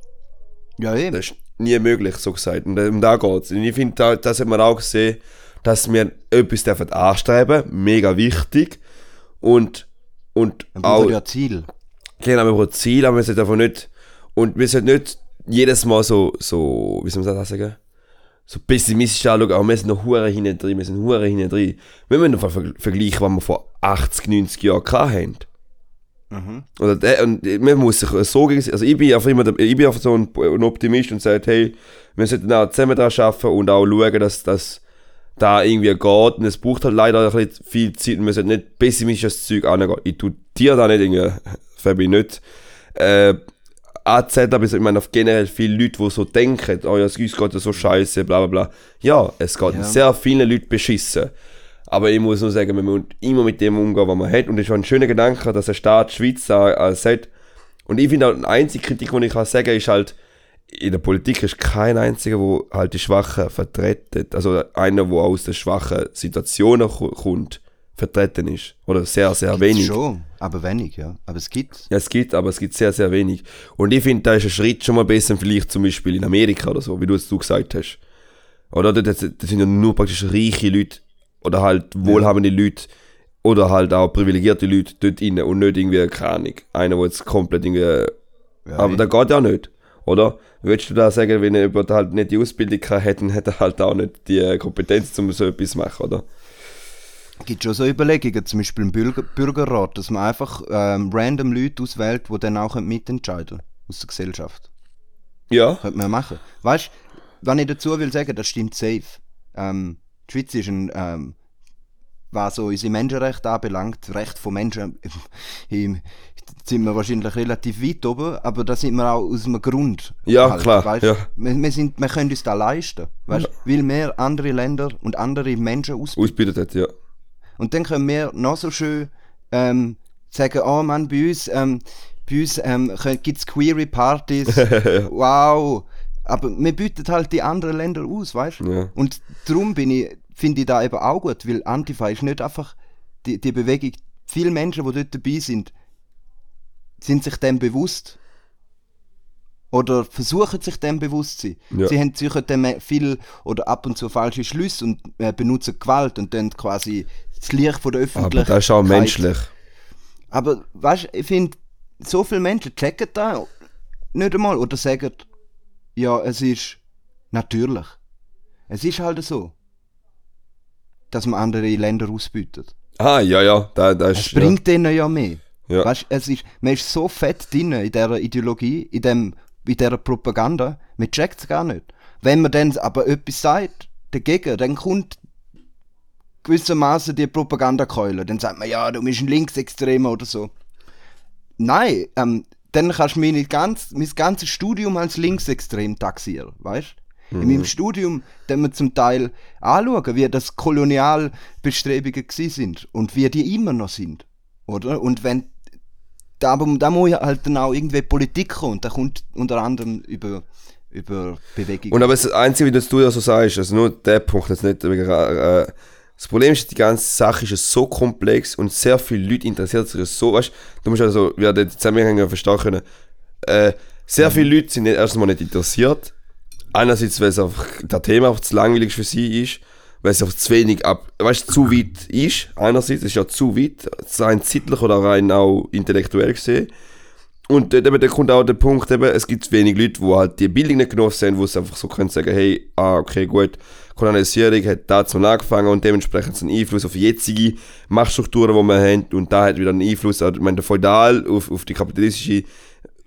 ja, eben. das ist nie möglich, so gesagt. Und um da geht es. Und ich finde, da, das hat man auch gesehen, dass wir etwas dürfen anstreben, mega wichtig. Und, und wir brauchen ja Ziel. Genau, wir brauchen Ziel, aber wir sollten einfach nicht, und wir sollten nicht jedes Mal so, so, wie soll man das sagen, so pessimistisch anschauen, aber wir sind noch hure hinten drin, wir sind hure hinten drin. Wir müssen einfach vergleichen, was wir vor achtzig, neunzig Jahren hatten. Mhm. Oder der, und man muss sich so gegen, also ich bin einfach immer, der, ich bin einfach so ein, ein Optimist und sage, hey, wir sollten auch zusammen daran arbeiten und auch schauen, dass das da irgendwie geht, und es braucht halt leider ein bisschen viel Zeit und man sollte nicht pessimistisches Zeug angehen. Ich tue dir da nicht irgendwie, Fabi, nicht äh, anzetteln, aber ich meine auf generell viele Leute, die so denken, oh ja, es geht ja so scheiße, bla bla bla. Ja, es geht ja. sehr vielen Leuten beschissen. Aber ich muss nur sagen, wir müssen immer mit dem umgehen, was man hat. Und es ist schon ein schöner Gedanke, dass der Staat Schweiz da äh, sagt. Und ich finde auch, die einzige Kritik, die ich kann sagen kann, ist halt, in der Politik ist kein einziger, der halt die Schwachen vertreten, also einer, der aus der schwachen Situationen kommt, vertreten ist. Oder sehr, sehr Gibt's wenig. Schon, aber wenig, ja. Aber es gibt. Ja, es gibt, aber es gibt sehr, sehr wenig. Und ich finde, da ist ein Schritt schon mal besser, vielleicht zum Beispiel in Amerika oder so, wie du es du gesagt hast. Oder das, das sind ja nur praktisch reiche Leute oder halt wohlhabende ja. Leute oder halt auch privilegierte Leute dort rein und nicht irgendwie, keine Ahnung, einer, der jetzt komplett irgendwie. Ja, aber das geht ja nicht, oder? Würdest du da sagen, wenn jemand halt nicht die Ausbildung hätte, hätte er halt auch nicht die Kompetenz, um so etwas zu machen, oder? Es gibt schon so Überlegungen, zum Beispiel im Bürger- Bürgerrat, dass man einfach ähm, random Leute auswählt, die dann auch mitentscheiden können, aus der Gesellschaft. Ja. Könnte man machen. Weißt du, wenn ich dazu will sagen, das stimmt safe. Ähm, die Schweiz ist ein, ähm, was so unsere Menschenrechte anbelangt, Recht von Menschen, im, sind wir wahrscheinlich relativ weit oben, aber da sind wir auch aus einem Grund. Ja, halt, klar. Weißt, ja. Wir, wir, sind, wir können uns das leisten, weißt, ja. weil wir andere Länder und andere Menschen ausbilden. Ausbildet hat, ja. Und dann können wir noch so schön ähm, sagen, oh Mann, bei uns, ähm, bei uns ähm, gibt es Query-Partys, wow. Aber wir bieten halt die anderen Länder aus, weißt du? Ja. Und darum bin ich, finde ich da eben auch gut, weil Antifa ist nicht einfach die, die Bewegung. Viele Menschen, die dort dabei sind, sind sich dem bewusst. Oder versuchen sich dem bewusst zu sein. Ja. Sie haben sicher dem viel oder ab und zu falsche Schlüsse und äh, benutzen Gewalt und dann quasi das Licht von der Öffentlichkeit. Aber das ist auch menschlich. Aber weißt du, ich finde, so viele Menschen checken das nicht einmal oder sagen, ja, es ist natürlich. Es ist halt so, dass man andere Länder ausbietet. Ah, ja, ja. Da, da ist, es bringt ja. denen ja mehr. Ja. Weißt, es ist, man ist so fett drin in dieser Ideologie, in, dem, in dieser Propaganda, man checkt es gar nicht. Wenn man dann aber etwas sagt dagegen, dann kommt gewissermaßen die Propagandakeule. Dann sagt man, ja, du bist ein Linksextremer oder so. Nein, ähm, dann kannst du meine ganz, mein ganzes Studium als linksextrem taxieren, weißt du? Mhm. In meinem Studium, dann wir zum Teil anschauen, wie das Kolonialbestrebungen gewesen sind und wie die immer noch sind, oder? Und wenn, da, da muss ja halt dann auch irgendwie Politik kommen, und da kommt unter anderem über, über Bewegung. Und aber das Einzige, wie du ja so sagst, also nur der Punkt jetzt nicht, äh, das Problem ist, die ganze Sache ist so komplex und sehr viele Leute interessiert sich so, weißt du, musst also, wie den Zusammenhang verstehen können, äh, sehr mhm. viele Leute sind nicht, erstens mal nicht interessiert, einerseits, weil es einfach, das Thema einfach zu langweilig für sie ist, weil es einfach zu wenig ab, weißt du, zu weit ist, einerseits, es ist ja zu weit, rein zeitlich oder rein auch intellektuell gesehen. Und eben, da kommt auch der Punkt, eben, es gibt wenig Leute, die halt die Bildung nicht genossen haben, wo sie einfach so können sagen, hey, ah, okay, gut, Kolonialisierung hat dazu angefangen und dementsprechend einen Einfluss auf jetzige Machtstrukturen, die wir haben, und da hat wieder einen Einfluss, also, ich meine, der Feudal auf, auf die kapitalistische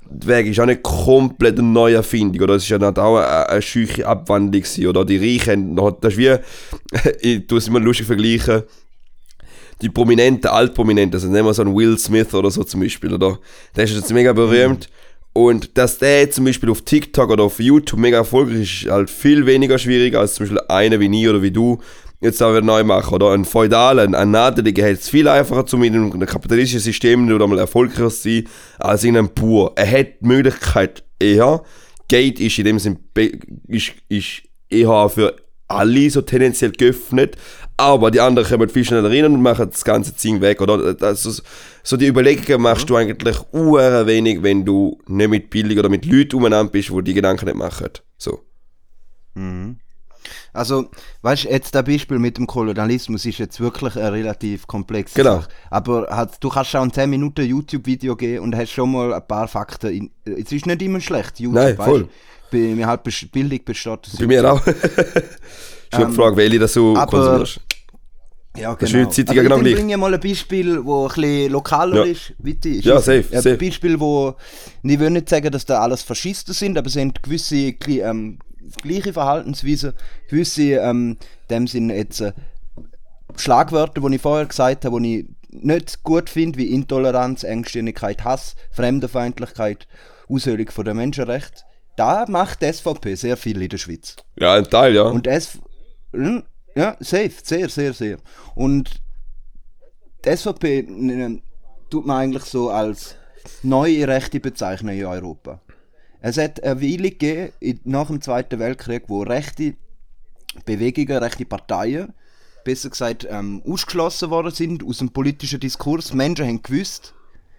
der Weg ist auch nicht komplett eine neue Erfindung, oder? Es ist ja nicht auch eine, eine scheuche Abwandlung gewesen, oder? Die Reichen, das ist wie, ich tue es immer lustig vergleichen, die Prominenten, Altprominenten, also nehmen wir so einen Will Smith oder so zum Beispiel, oder? Der ist jetzt mega berühmt. Mhm. Und dass der zum Beispiel auf TikTok oder auf YouTube mega erfolgreich ist, ist halt viel weniger schwierig als zum Beispiel einer wie ich oder wie du jetzt auch wieder neu machen, oder? Ein Feudalen, ein Nadeliger hat es viel einfacher, um in einem kapitalistischen System nicht einmal erfolgreicher zu sein, als in einem Pur. Er hat die Möglichkeit eher, Gate ist in dem Sinne, ist, ist eher für alle so tendenziell geöffnet, aber die anderen kommen viel schneller rein und machen das ganze Ding weg, oder? Also, so die Überlegungen machst mhm. du eigentlich uhr wenig, wenn du nicht mit billig oder mit Leuten umeinander bist, die die Gedanken nicht machen. So. Mhm. Also, weißt du, jetzt das Beispiel mit dem Kolonialismus ist jetzt wirklich eine relativ komplexe genau. Sache. Aber halt, du kannst schon ein zehn Minuten YouTube-Video geben und hast schon mal ein paar Fakten. In, es ist nicht immer schlecht, YouTube. Nein, voll. Weißt? Bei mir halt Bildung besteht. Bei mir auch. Ich habe ähm, gefragt, welche das so konsumierst. Ja, genau. Das ist Zeitung aber genau ich gleich. bringe ich mal ein Beispiel, das ein bisschen lokaler ja. ist. Weiter ist ja, safe, ein safe. Beispiel, wo ich will nicht sagen, dass da alles Faschisten sind, aber es sind gewisse ähm, gleiche Verhaltensweisen, gewisse, ähm, dem sind jetzt äh, Schlagwörter, die ich vorher gesagt habe, die ich nicht gut finde, wie Intoleranz, Engstirnigkeit, Hass, Fremdenfeindlichkeit, Aushöhlung von der Menschenrechte. Da macht die S V P sehr viel in der Schweiz. Ja, ein Teil, ja. Und es, ja, safe, sehr, sehr, sehr. Und die S V P äh, tut man eigentlich so als neue Rechte bezeichnen in Europa. Es hat eine Weile gegeben, nach dem Zweiten Weltkrieg, wo rechte Bewegungen, rechte Parteien, besser gesagt, ähm, ausgeschlossen worden sind aus dem politischen Diskurs. Menschen haben gewusst,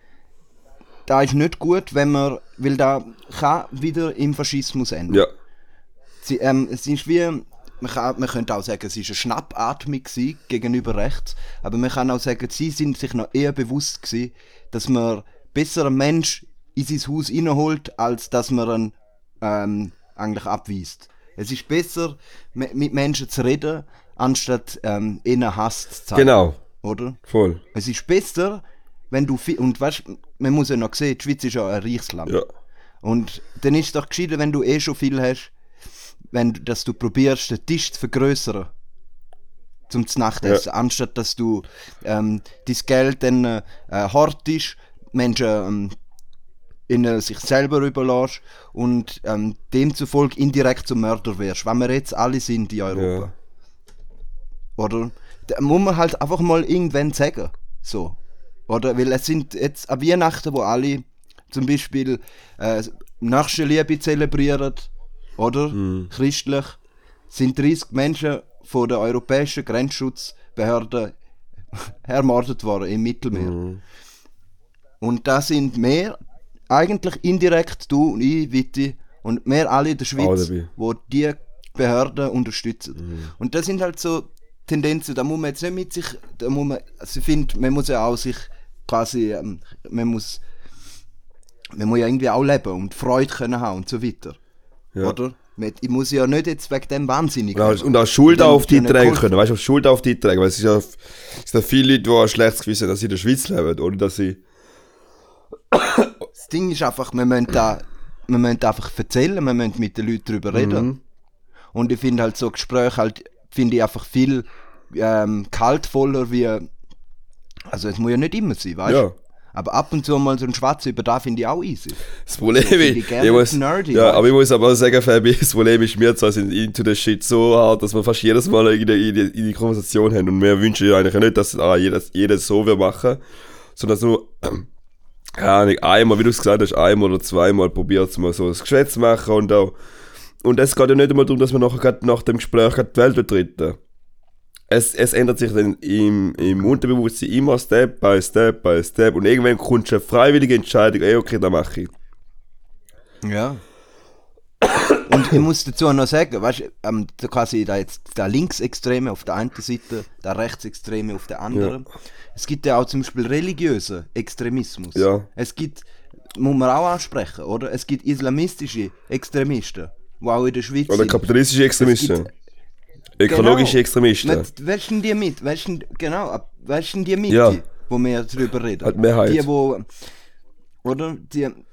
das ist nicht gut, wenn man, weil da kann wieder im Faschismus enden. Ja. Sie, ähm, es ist wie, man, kann, man könnte auch sagen, es war eine Schnappatmung gegenüber rechts, aber man kann auch sagen, sie sind sich noch eher bewusst gewesen, dass man besser einen Mensch in sein Haus reinholt, als dass man ihn ähm, eigentlich abweist. Es ist besser, mit Menschen zu reden, anstatt ähm, ihnen Hass zu zeigen. Genau. Oder? Voll. Es ist besser, wenn du viel, und weißt, man muss ja noch sehen, die Schweiz ist ja ein reiches Land. Ja. Und dann ist es doch gescheiter, wenn du eh schon viel hast, wenn, dass du probierst, den Tisch zu vergrößern zum Nachtessen, ja. Anstatt dass du ähm, dein Geld dann äh, hortest, Menschen ähm, ihnen sich selber überlässt und ähm, demzufolge indirekt zum Mörder wirst, wenn wir jetzt alle sind in Europa. Ja. Oder? Da muss man halt einfach mal irgendwann sagen. So. Oder? Weil es sind jetzt an Weihnachten, wo alle zum Beispiel äh, Nächstenliebe zelebrieren, oder? Mhm. Christlich, sind dreißig Menschen von der europäischen Grenzschutzbehörde ermordet worden im Mittelmeer. Mhm. Und da sind mehr, eigentlich indirekt du und ich, Witti, und mehr alle in der Schweiz, wo die Behörden unterstützen. Mhm. Und das sind halt so Tendenzen, da muss man jetzt nicht mit sich, da muss man, also ich finde, man muss ja auch sich quasi, ähm, man muss, man muss ja irgendwie auch leben und Freude können haben und so weiter. Ja. Oder? Ich muss ja nicht jetzt wegen dem wahnsinnig werden. Und auch Schuld auf die tragen können, weißt du, auf Schuld auf die tragen, weil es ist ja, es sind ja viele Leute, die ein schlechtes Gewissen haben, dass sie in der Schweiz leben, oder dass sie... Das Ding ist einfach, wir müssen da, wir müssen einfach erzählen, wir müssen mit den Leuten darüber reden. Mhm. Und ich finde halt so Gespräche halt, finde ich einfach viel ähm, kaltvoller wie, also es muss ja nicht immer sein, weißt du? Ja. Aber ab und zu mal so ein Schwarz über da finde ich auch easy. Das Problem so, ist, ich, ich muss, nerdy, ja, aber ich muss aber auch sagen, Fabi, das Problem ist, wir zwei sind into the shit so hart, dass wir fast jedes Mal in die, in die, in die Konversation haben und wir wünschen ja eigentlich nicht, dass ah, jeder, jeder so wir machen, sondern nur, ähm, ja, nicht einmal, wie du es gesagt hast, einmal oder zweimal probiert mal so ein Geschwätz zu machen und auch, und es geht ja nicht einmal darum, dass wir nachher nach dem Gespräch die Welt betreten. Es, es ändert sich dann im, im Unterbewusstsein immer Step by Step by Step und irgendwann kommt schon eine freiwillige Entscheidung, ey, okay, das mache ich. Ja. Und ich muss dazu noch sagen, weißt du, ähm, da quasi da jetzt der Linksextreme auf der einen Seite, der Rechtsextreme auf der anderen. Ja. Es gibt ja auch zum Beispiel religiösen Extremismus. Ja. Es gibt, muss man auch ansprechen, oder? Es gibt islamistische Extremisten, die auch in der Schweiz oder sind. Oder kapitalistische Extremisten. Ökologische genau. Extremisten. Weißt du die mit? Weißt du, genau, weißt du die mit, ja. die, wo wir darüber reden? Hat Mehrheit. Die, wo, oder? Die,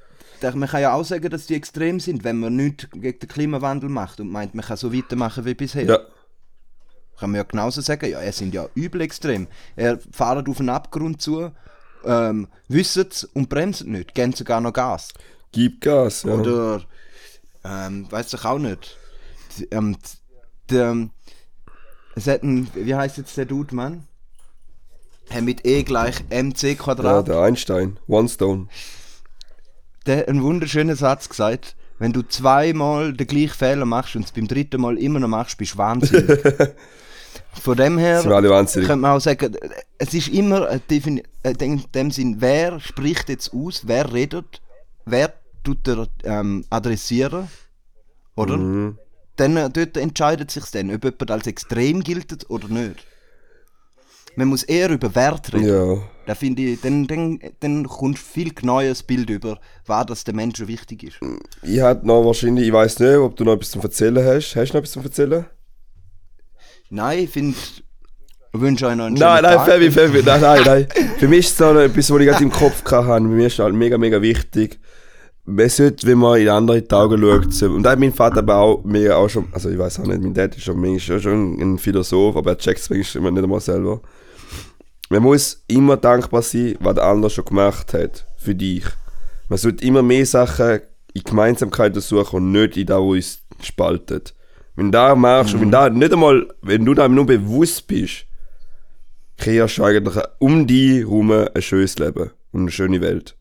man kann ja auch sagen, dass die extrem sind, wenn man nichts gegen den Klimawandel macht und meint, man kann so weitermachen wie bisher. Ja. Kann man ja genauso sagen, ja, es sind ja übel extrem. Er fährt auf einen Abgrund zu, ähm, wissen es und bremsen nicht, geben sogar noch Gas. Gib Gas, ja. Oder, ähm, weiß ich auch nicht. Die, ähm, die, ähm, es hat ein, wie heißt jetzt der Dude, Mann? Hat mit E gleich mc Ja, Quadrat. der Einstein, One Stone. Der hat einen wunderschönen Satz gesagt. Wenn du zweimal den gleichen Fehler machst und es beim dritten Mal immer noch machst, bist du wahnsinnig. Von dem her Sind wir alle wahnsinnig. könnte man auch sagen, es ist immer ein Defin- äh, in dem Sinn, wer spricht jetzt aus, wer redet, wer tut er ähm, adressieren, oder? Mhm. Dann, äh, dort entscheidet sich dann, ob jemand als extrem gilt oder nicht. Man muss eher über Wert reden. Ja. Da finde ich, dann, dann, dann kommt viel neues Bild über, was das den Menschen wichtig ist. Ich hätte noch wahrscheinlich, ich weiß nicht, ob du noch etwas zu erzählen hast. Hast du noch etwas zu erzählen? Nein, ich finde, ich wünsche euch noch einen Nein, schönen nein, Tag. Fabi, Fabi, nein, nein, nein. Für mich ist es noch etwas, was ich gerade im Kopf hatte. Bei mir ist es halt mega, mega wichtig. Man sollte, wenn man in andere die Augen schaut, so- und da hat mein Vater aber auch mega auch schon, also ich weiß auch nicht, mein Dad ist schon, manchmal schon ein Philosoph, aber er checkt es manchmal immer nicht einmal selber. Man muss immer dankbar sein, was der andere schon gemacht hat für dich. Man sollte immer mehr Sachen in Gemeinsamkeiten suchen und nicht in das, was uns spaltet. Wenn du das machst, Mhm. und wenn da nicht einmal, wenn du da nur bewusst bist, kreierst du eigentlich um dich herum ein schönes Leben und eine schöne Welt.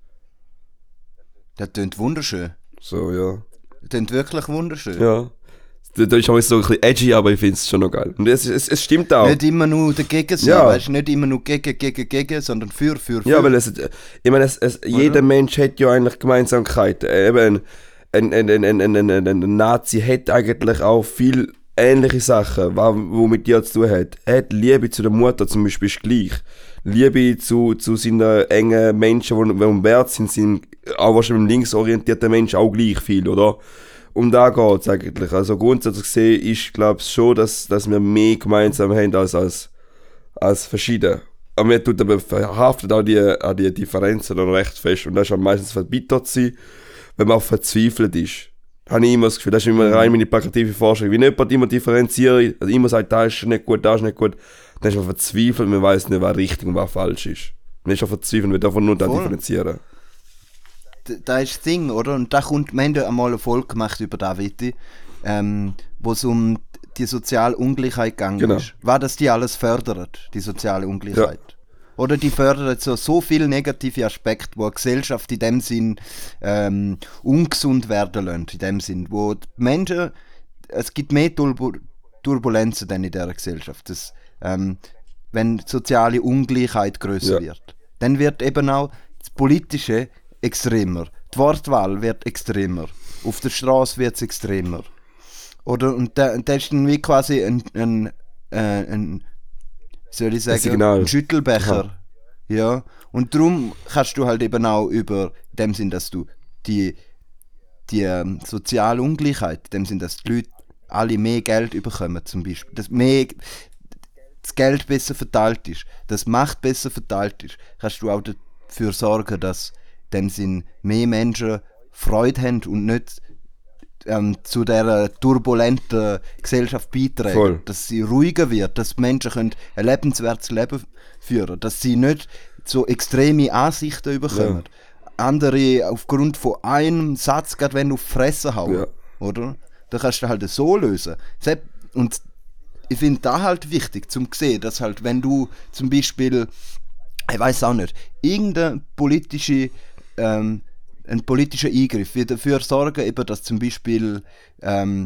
Das klingt wunderschön. So, ja. Das klingt wirklich wunderschön. Ja. Da da ist auch so ein bisschen edgy, aber ich finde es schon noch geil. Und es, es, es stimmt auch. Nicht immer nur dagegen sein, Ja. weißt du, nicht immer nur gegen, gegen, gegen, sondern für, für, für. Ja, weil es, ich meine, es, es, jeder Mensch hat ja eigentlich Gemeinsamkeiten. Äh, Eben, ein, ein, ein, ein, ein, ein, ein, ein Nazi hat eigentlich auch viel ähnliche Sachen, was wo mit dir zu tun hat. Er hat Liebe zu der Mutter zum Beispiel ist gleich. Liebe zu, zu seinen engen Menschen, die die am Wert sind, sind auch wahrscheinlich linksorientierte Menschen auch gleich viel, oder? Um da geht es eigentlich. Also grundsätzlich gesehen ist, glaube ich, schon, dass, dass wir mehr gemeinsam haben als, als, als verschieden. Aber mir tut aber verhaftet auch die, an die Differenzen dann recht fest. Und das ist am meisten verbittert sein, wenn man auch verzweifelt ist. Habe ich immer das Gefühl, das ist immer rein meine plakative Vorstellung. Wie jemand immer differenziert, also immer sagt, das ist nicht gut, das ist nicht gut, dann ist man verzweifelt und man weiß nicht, was richtig und was falsch ist. Man ist schon verzweifelt, man will einfach nur da Voll. differenzieren. D- Das ist das Ding, oder? Und da kommt, wir haben ja einmal eine Folge gemacht über das, Witti, ähm, wo es um die soziale Ungleichheit gegangen Genau. ist. War das die alles fördert, die soziale Ungleichheit? Oder die fördert so, so viele negative Aspekte, wo eine Gesellschaft in dem Sinn ähm, ungesund werden lässt, in dem Sinn, wo die Menschen, es gibt mehr Turbu- Turbulenzen dann in dieser Gesellschaft, das, ähm, wenn die soziale Ungleichheit grösser Ja. wird. Dann wird eben auch das Politische extremer, die Wortwahl wird extremer, auf der Straße wird es extremer. Oder, und da, da ist dann wie quasi ein, ein, äh, ein soll ich sagen, Signal. ein Schüttelbecher. Ja. Und darum kannst du halt eben auch über, in dem Sinn, dass du die, die ähm, soziale Ungleichheit, in dem Sinn, dass die Leute alle mehr Geld bekommen, zum Beispiel, dass mehr das Geld besser verteilt ist, dass Macht besser verteilt ist, kannst du auch dafür sorgen, dass in dem Sinn mehr Menschen Freude haben und nicht ähm, zu dieser turbulenten Gesellschaft beitragen, Voll. dass sie ruhiger wird, dass die Menschen können ein lebenswertes Leben führen, dass sie nicht so extreme Ansichten bekommen. Andere aufgrund von einem Satz, gerade wenn du auf die Fresse hauen, Ja. oder? Da kannst du halt so lösen. Selbst- Und ich finde da halt wichtig, zum sehen, dass halt, wenn du zum Beispiel, ich weiß auch nicht, irgendeine politische ähm, ein politischer Eingriff wird dafür sorgen, eben, dass zum Beispiel ähm,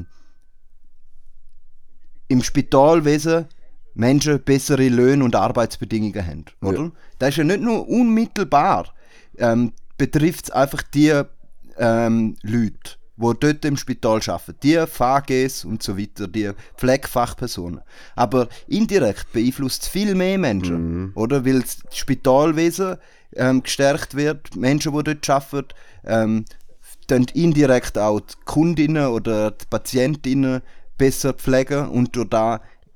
im Spitalwesen Menschen bessere Löhne und Arbeitsbedingungen haben, oder? Ja. Das ist ja nicht nur unmittelbar, ähm, betrifft es einfach die ähm, Leute, die dort im Spital arbeiten, die V Gs und so weiter, die Pflegefachpersonen. Aber indirekt beeinflusst es viel mehr Menschen, Mhm. oder? Weil das Spitalwesen ähm, gestärkt wird, Menschen, die dort arbeiten, ähm, dann indirekt auch die Kundinnen oder die Patientinnen besser pflegen und durch da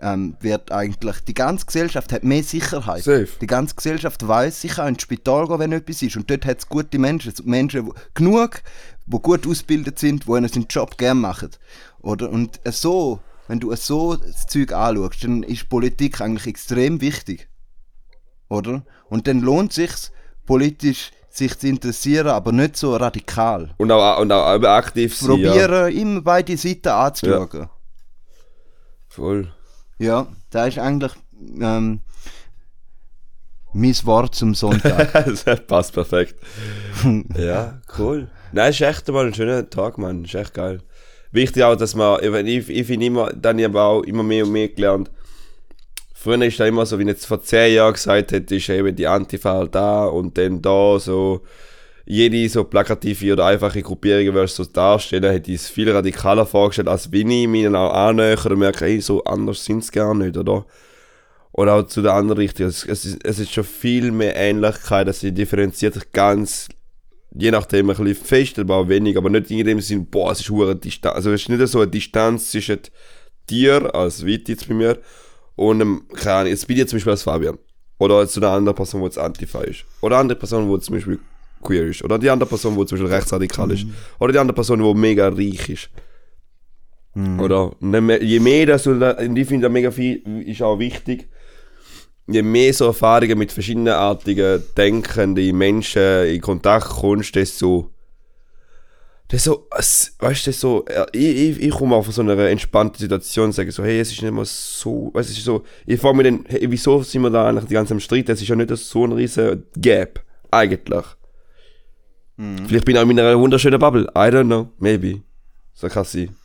ähm, wird eigentlich, die ganze Gesellschaft hat mehr Sicherheit. Safe. Die ganze Gesellschaft weiss, ich kann ins Spital gehen, wenn etwas ist. Und dort hat es gute Menschen, Menschen wo, genug, die gut ausgebildet sind, die seinen Job gerne machen. Oder? Und so, wenn du so das Zeug anschaust, dann ist Politik eigentlich extrem wichtig. Oder? Und dann lohnt es sich, politisch sich zu interessieren, aber nicht so radikal. Und auch, und auch aktiv sein. Probieren, Ja. immer beide Seiten anzuschauen. Ja. Voll. Ja, das ist eigentlich ähm, mein Wort zum Sonntag. Das passt perfekt. Ja, cool. Nein, ist echt mal ein schöner Tag, Mann. Ist echt geil. Wichtig auch, dass man, ich, ich finde immer, dann habe ich aber auch immer mehr und mehr gelernt. Früher ist da immer so, wie ich jetzt vor zehn Jahren gesagt hätte, ist eben die Antifa halt da und dann da so jede so plakative oder einfache Gruppierung würdest du so darstellen, hätte ich es viel radikaler vorgestellt, als wenn ich mich dann auch annähere und merke, hey, so anders sind es gar nicht, oder? Oder auch zu der anderen Richtung. Es, es, ist, es ist schon viel mehr Ähnlichkeit, dass sie differenziert sich ganz, je nachdem ein bisschen fest, aber auch wenig, aber nicht in dem Sinne, boah, es ist hure Distanz. Also es ist nicht so eine Distanz zwischen dir, als Witt jetzt bei mir, und einem, keine Ahnung, jetzt bei dir zum Beispiel als Fabian. Oder zu einer anderen Person, die jetzt Antifa ist. Oder eine andere Person, die zum Beispiel queer ist. Oder die andere Person, die zum Beispiel rechtsradikal ist. Mhm. Oder die andere Person, die mega reich ist. Mhm. Oder je mehr, dass du da, und ich finde das mega viel, ist auch wichtig, je mehr so Erfahrungen mit verschiedenartigen denkenden Menschen in Kontakt kommst, desto, desto weißt du, so, ich, ich, ich komme auch von so einer entspannten Situation und sage so, hey, es ist nicht mehr so, weißt du, es ist so, ich frage mich dann, hey, wieso sind wir da eigentlich die ganze Zeit am Streit? Es ist ja nicht so ein riesen Gap, eigentlich. Mhm. Vielleicht bin ich auch in einer wunderschönen Bubble, I don't know, maybe. So kann es sein.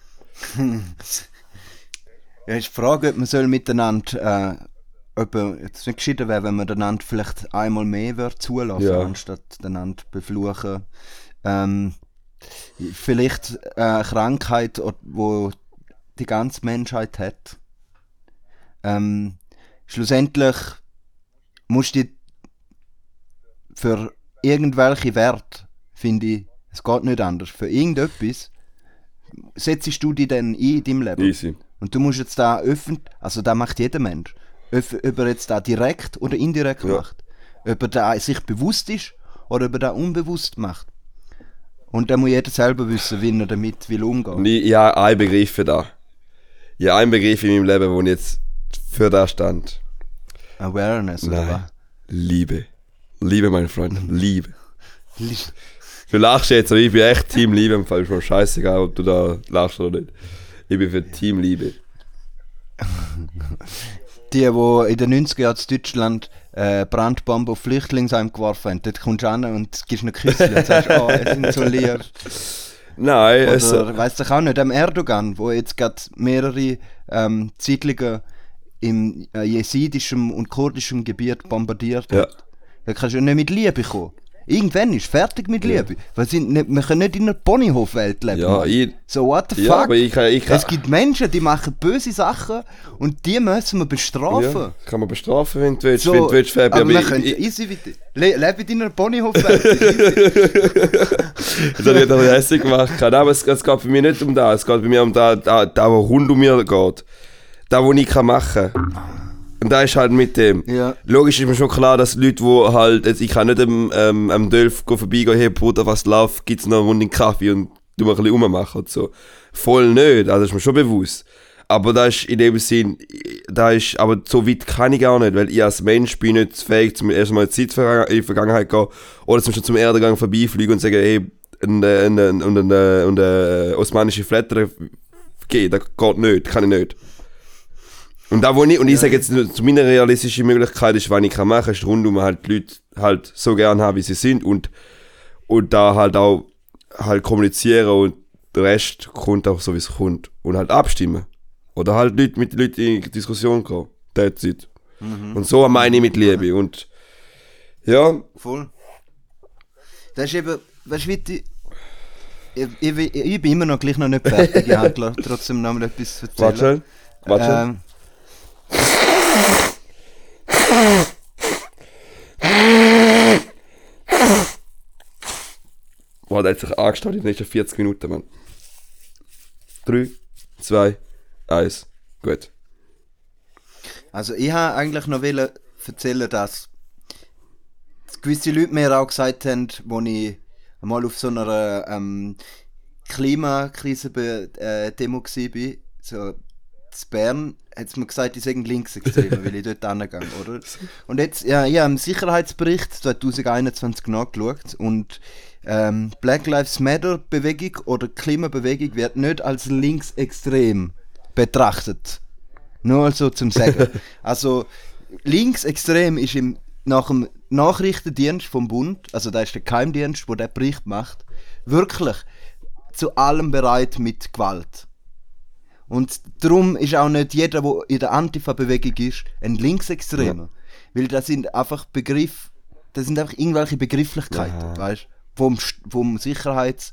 Ja, ist die Frage, ob man soll miteinander, äh, ob es nicht gescheiter wäre, wenn man einander vielleicht einmal mehr würde zulassen, Ja. anstatt einander befluchen. Ähm, vielleicht eine Krankheit, die die ganze Menschheit hat. Ähm, schlussendlich musst du für irgendwelche Werte, finde ich, es geht nicht anders, für irgendetwas setzt du dich dann ein in deinem Leben. Easy. Und du musst jetzt da öffentlich, also da macht jeder Mensch, ob ob er jetzt da direkt oder indirekt Ja. macht, ob er da sich bewusst ist oder ob er da unbewusst macht. Und da muss jeder selber wissen, wie er damit will umgehen. Und ich, ich habe einen Begriff für das. Ich habe einen Begriff in meinem Leben, wo ich jetzt für das stand. Awareness, oder Nein. Liebe. Liebe, mein Freund. Liebe. was? Du lachst jetzt, aber ich bin echt Team Liebe. Im Fall ist mir scheißegal, ob du da lachst oder nicht. Ich bin für Team Liebe. Die, die in den neunziger Jahren in Deutschland äh, Brandbomben auf Flüchtlingsheim geworfen haben, dort kommst du an und gibst ihnen Küsse und sagst, oh, es sind so lieb. Nein, es, Oder weißt du auch nicht, dem Erdogan, wo jetzt gerade mehrere ähm, Siedlungen im äh, jesidischen und kurdischen Gebiet bombardiert Ja. hat. Da kannst du ja nicht mit Liebe kommen. Irgendwann ist fertig mit Liebe. Wir, sind nicht, wir können nicht in einer Ponyhofwelt leben. ja, Mann. ich, So, what the ja, fuck? aber ich kann, ich kann, Es gibt Menschen, die machen böse Sachen und die müssen wir bestrafen. ja, kann man bestrafen, wenn du willst. So, wenn du willst, Fabi, aber aber wir ich, können ich, easy weiter. Le lebe in deiner Ponyhofwelt. easy. das habe ich doch hässlich gemacht. Aber es, es geht bei mir nicht um das. Es geht bei mir um das, da, da wo rund um mir geht. Da, wo ich kann machen kann. Und da ist halt mit dem. Ja. Logisch ist mir schon klar, dass Leute, die halt, jetzt, ich kann nicht am, ähm, am Dölf vorbeigehen, hey Bruder, was läuft, gibt's noch einen Runde Kaffee und du mal ein bisschen rummachen und so. Voll nicht, also ist mir schon bewusst. Aber da ist in dem Sinn, da ist, aber so weit kann ich gar nicht, weil ich als Mensch bin nicht fähig, zum ersten Mal in die Zeit in die Vergangenheit zu gehen oder zum Beispiel zum Erdengang vorbeifliegen und sagen, hey, und ein, ein, ein, ein, ein, ein osmanische Flatter geht, das geht nicht, kann ich nicht. Und da wo ich, und ich sage jetzt, zu meiner realistischen Möglichkeit ist, was ich kann machen, ist rundum halt die Leute halt so gern haben, wie sie sind und, und da halt auch halt kommunizieren und der Rest kommt auch so, wie es kommt. Und halt abstimmen. Oder halt Leute mit Leuten in Diskussion kommen. That's it. Mhm. Und so meine ich mit Liebe. Und ja. Voll. Das ist eben, weißt du, wie ich, ich, ich, ich bin immer noch gleich noch nicht fertig, ich habe trotzdem noch mal etwas zu erzählen. Warte schnell. Warte schnell. Ähm, Boah, der hat sich angestellt in den nächsten vierzig Minuten, Mann. drei, zwei, eins, gut. Also ich wollte eigentlich noch erzählen, dass gewisse Leute mir auch gesagt haben, als ich mal auf so einer ähm, Klimakrise-Demo war, so in Bern, hat es mir gesagt, ich sei linksextrem, weil ich dort hingehe, oder? Und jetzt, ja, ich habe im Sicherheitsbericht zwanzig einundzwanzig nachgeschaut und ähm, Black Lives Matter Bewegung oder Klimabewegung wird nicht als linksextrem betrachtet. Nur so zum Sagen. Also, linksextrem ist im, nach dem Nachrichtendienst vom Bund, also da ist der Geheimdienst, der den Bericht macht, wirklich zu allem bereit mit Gewalt. Und darum ist auch nicht jeder, der in der Antifa-Bewegung ist, ein Linksextremer. Ja. Weil das sind einfach Begriffe, das sind einfach irgendwelche Begrifflichkeiten, ja. Weißt, vom, vom Sicherheitsdienst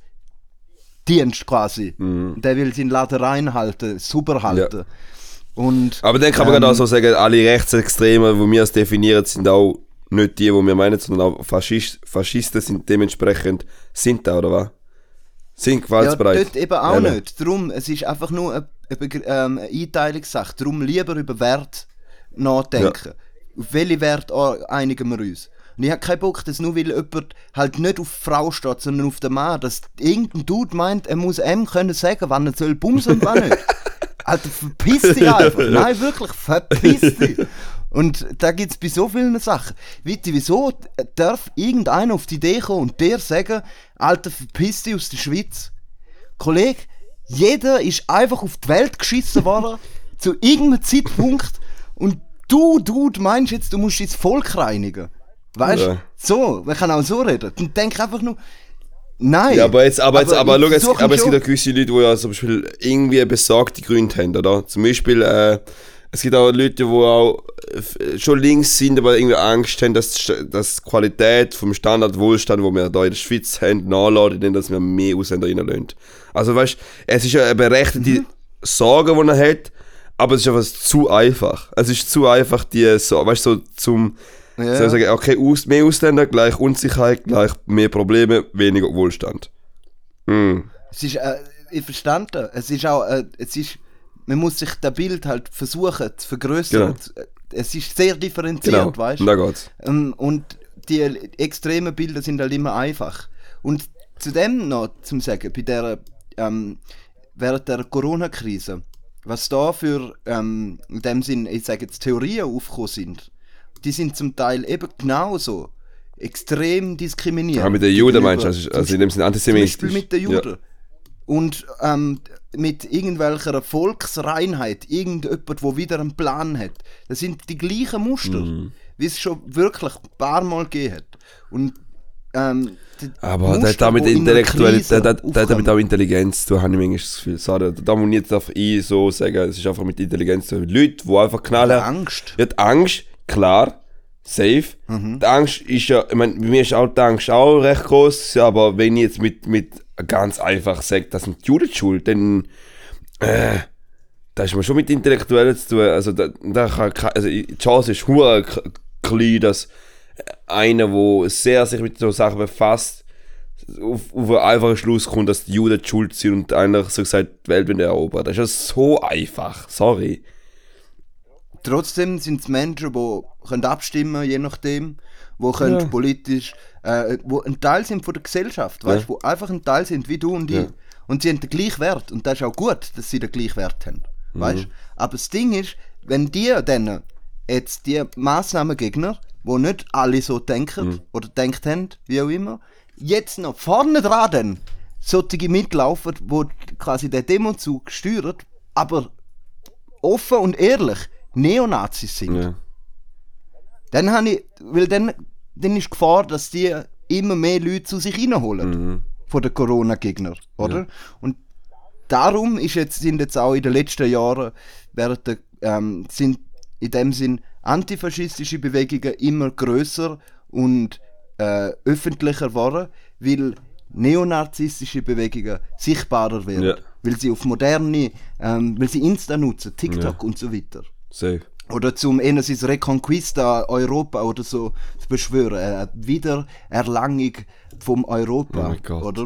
quasi. Mhm. Der will seinen Laden reinhalten, super halten. Ja. Und, aber dann kann man ähm, auch so sagen, alle Rechtsextremen, die wir es definieren, sind auch nicht die, die wir meinen, sondern auch Faschist, Faschisten sind dementsprechend sind da, oder was? Sind gewaltbereit. Ja, dort eben auch ja, nicht. Darum, es ist einfach nur eine, eine, ähm, eine Einteilungssache. Darum lieber über Wert nachdenken. Ja. Auf welche Wert einigen wir uns? Und ich habe keinen Bock, dass nur weil jemand halt nicht auf die Frau steht, sondern auf den Mann, dass irgendein Dude meint, er muss ihm können sagen, wann er soll bumsen und wann nicht. Alter, verpiss dich einfach. Nein, wirklich, verpiss dich. Und da gibt es bei so vielen Sachen. Weißt du, wieso darf irgendeiner auf die Idee kommen und dir sagen, Alter, verpiss dich aus der Schweiz? Kollege, jeder ist einfach auf die Welt geschissen worden, zu irgendeinem Zeitpunkt. Und du, du meinst jetzt, du musst ins Volk reinigen. Weißt du? Ja. So, man kann auch so reden. Dann denk einfach nur, nein. Ja, aber jetzt, aber, aber, jetzt, aber, schau, es, aber es gibt auch gewisse Leute, die ja zum Beispiel irgendwie besagte Gründe haben, oder? Zum Beispiel, äh, es gibt auch Leute, die auch schon links sind, aber irgendwie Angst haben, dass, dass die Qualität vom Standard Wohlstand, den wir hier in der Schweiz haben, nachlässt, indem wir mehr Ausländer reinlassen. Also weißt du, es ist ja eine berechtigte mhm. Sorge, die er hat, aber es ist einfach zu einfach. Es ist zu einfach, die so, weißt du, so zum ja. so sagen, okay, aus, mehr Ausländer, gleich Unsicherheit, gleich mehr Probleme, weniger Wohlstand. Mhm. Es ist, äh, ich verstanden, es ist auch, äh, es ist, man muss sich das Bild halt versuchen zu vergrößern. Genau. Es ist sehr differenziert, genau. Weißt du? Da geht's. Ähm, und die extremen Bilder sind halt immer einfach. Und zudem noch zum Sagen, bei der, ähm, während der Corona-Krise, was da für, ähm, in dem Sinn, ich sage jetzt Theorien aufgekommen sind, die sind zum Teil eben genauso extrem diskriminierend. Ja, mit den Juden meinst du, also, also in dem Sinne antisemitisch. Zum Beispiel mit den Juden. Ja. Und ähm, mit irgendwelcher Volksreinheit, irgendjemand, der wieder einen Plan hat. Das sind die gleichen Muster, mm. wie es schon wirklich ein paar Mal gegeben hat. Und, ähm, aber Muster, da mit Intellektualität, da, da, da mit auch Intelligenz zu tun, habe ich manchmal das Gefühl. Sorry, da muss ich jetzt auf ich so sagen, es ist einfach mit Intelligenz zu tun. Leute, die einfach knallen. Angst. Ja, die Angst, klar, safe. Mhm. Die Angst ist ja, ich meine, bei mir ist auch die Angst auch recht groß, aber wenn ich jetzt mit, mit ganz einfach sage, das sind die Juden schuld, dann äh, da ist man schon mit Intellektuellen zu tun. Also da, da kann, also die Chance ist hure klein, dass einer, der sehr sich mit so Sachen befasst, auf, auf einen einfachen Schluss kommt, dass die Juden schuld sind und einer so gesagt, die Welt wird erobert. Das ist ja so einfach, sorry. Trotzdem sind es Menschen, die können abstimmen, je nachdem, die können ja. politisch, äh, wo ein Teil sind von der Gesellschaft, weißt, ja. wo einfach ein Teil sind wie du und ich. Ja. Und sie haben den gleichen Wert. Und das ist auch gut, dass sie den gleichen Wert haben. Mhm. Weißt? Aber das Ding ist, wenn die dann jetzt die Massnahmengegner, die nicht alle so denken mhm. oder denkt haben, wie auch immer, jetzt noch vorne dran dann solche mitlaufen, die quasi den Demozug steuern, aber offen und ehrlich Neonazis sind. Ja. Dann habe ich, weil dann, dann ist die Gefahr, dass die immer mehr Leute zu sich reinholen. Mhm. Von den Corona-Gegnern, oder? Ja. Und darum ist jetzt, sind jetzt auch in den letzten Jahren während der, ähm, sind in dem Sinn antifaschistische Bewegungen immer grösser und äh, öffentlicher geworden, weil neonazistische Bewegungen sichtbarer werden. Ja. Weil sie auf moderne, ähm, weil sie Insta nutzen, TikTok ja. und so weiter. Safe. Oder zum einerseits Reconquista Europa oder so zu beschwören, eine Wiedererlangung vom Europa, oh oder?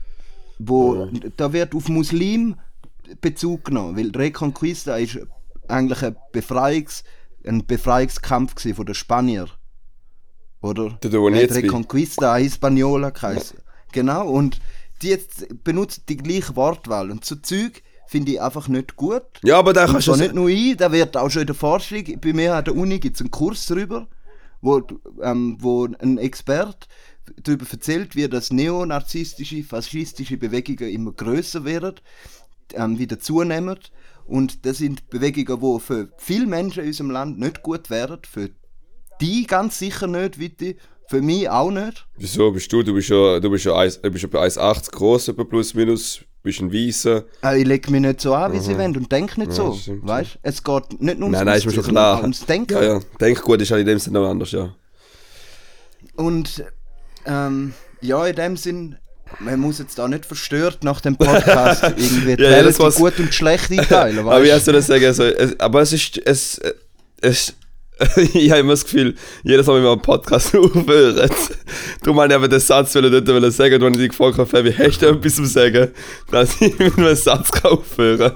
Wo, oh. Da wird auf Muslim Bezug genommen, weil Reconquista ist eigentlich ein Befreiungs, ein Befreiungskampf gewesen von den Spaniern. Oder? Der, der, wo ich jetzt bin. Reconquista Hispaniola geheißen. Genau, und die jetzt benutzen die gleiche Wortwahl. Und so Zeug finde ich einfach nicht gut. Ja, aber da kannst du... Und nicht nur ich, da wird auch schon in der Forschung, bei mir an der Uni gibt es einen Kurs darüber, wo, ähm, wo ein Experte darüber erzählt, wie das neonazistische, faschistische Bewegungen immer grösser werden, ähm, wieder zunehmen. Und das sind Bewegungen, die für viele Menschen in unserem Land nicht gut wären, für die ganz sicher nicht, Witti, für mich auch nicht. Wieso bist du? Du bist ja, du bist ja, eins, du bist ja bei eins Komma achtzig groß, etwa plus minus, bist ein Weisser. Äh, ich lege mich nicht so an, wie sie wollen und denke nicht Ja, so. stimmt, Weißt? Es geht nicht nur ums Nein, nein, ist mir schon Aussehen, sondern klar. auch ums Denken. Ja, ja. Denkgut ist halt in dem Sinne noch anders, ja. Und ähm, ja, in dem Sinn, man muss jetzt da nicht verstört nach dem Podcast irgendwie die Ja, Welt das in war's. gut und schlecht einteilen, Aber wie weißt hast du das sagen? Also, es, aber es ist, es, es, ich habe immer das Gefühl, jedes Mal, wenn wir einen Podcast aufhören, darum habe ich aber den Satz wollte ich nicht sagen, und wenn ich dich gefragt habe, wie hast du etwas zu sagen, dann habe ich mit einem Satz aufhören.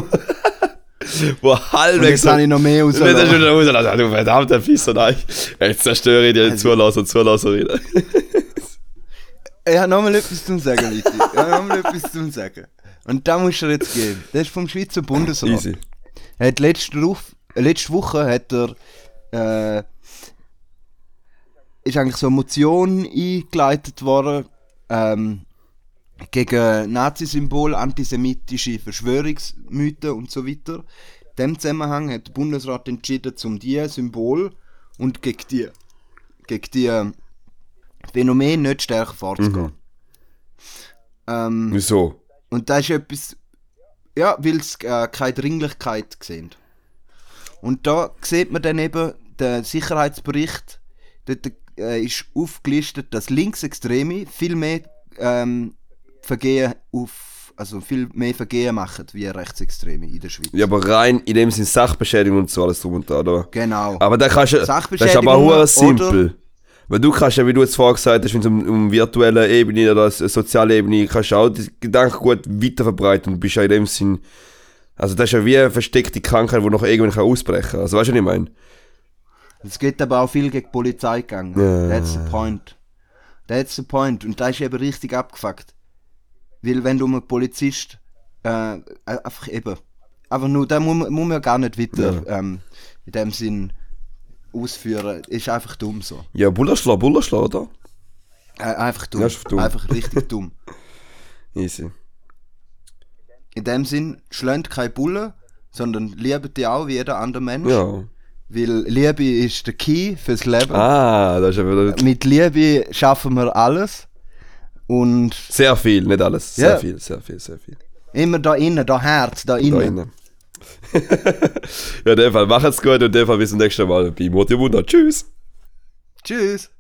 Wo Und halbwegs jetzt habe ich noch mehr Und dann hast rausgelassen. du raus, also, du verdammter Fisser, nein. Jetzt zerstöre ich die Also- Zulasser und Zulasserinnen. Ich habe nochmal etwas zu sagen, Leute. Ich habe nochmal etwas zu sagen. Und da musst du dir jetzt geben. Das ist vom Schweizer Bundesrat. Easy. Er hat letzte, Ruf, äh, letzte Woche hat er äh, ist eigentlich so eine Motion eingeleitet worden ähm, gegen Nazi-Symbol, antisemitische Verschwörungsmythen und so weiter. In diesem Zusammenhang hat der Bundesrat entschieden, um diese Symbol und gegen die, gegen die äh, Phänomene nicht stärker vorzugehen. Mhm. Ähm, Wieso? und das ist etwas, ja, weil es äh, keine Dringlichkeit sehen. Und da sieht man dann eben, der Sicherheitsbericht, dort äh, ist aufgelistet, dass Linksextreme viel mehr ähm, Vergehen auf, also viel mehr Vergehen machen wie Rechtsextreme in der Schweiz. Ja, aber rein in dem Sinn Sachbeschädigung und so alles drum und dran, oder? Genau. Aber da kannst du, das ist aber Sachbeschädigung auch oder- simpel. Weil du kannst ja, wie du jetzt vorher gesagt hast, wenn es um, um virtuelle Ebene oder eine soziale Ebene, kannst du auch die Gedanken gut weiterverbreiten und bist ja in dem Sinn, also das ist ja wie eine versteckte Krankheit, die noch irgendwann kann ausbrechen kann. Also weißt du, was ich meine? Es geht aber auch viel gegen die Polizei gegangen. Ja. That's the point. That's the point. Und da ist eben richtig abgefuckt. Weil wenn du einen Polizist äh, einfach eben, einfach nur, da muss man, muss man ja gar nicht weiter ähm, in dem Sinn ausführen. Ist einfach dumm so. Ja, Bullerschlag, Bullerschlag, oder? Äh, einfach dumm. Ja, ist dumm. Einfach richtig dumm. Easy. In dem Sinn, schlägt keine Bulle, sondern liebt die auch wie jeder andere Mensch. Ja. Weil Liebe ist der Key fürs Leben. Ah, das ist ja wieder Mit Liebe schaffen wir alles. Und sehr viel, nicht alles. Sehr Ja. viel, sehr viel, sehr viel. immer da innen, da Herz, da innen. Da innen. Ja, in dem Fall macht's gut und in dem Fall bis zum nächsten Mal bei Mord im Wunder. Tschüss! Tschüss.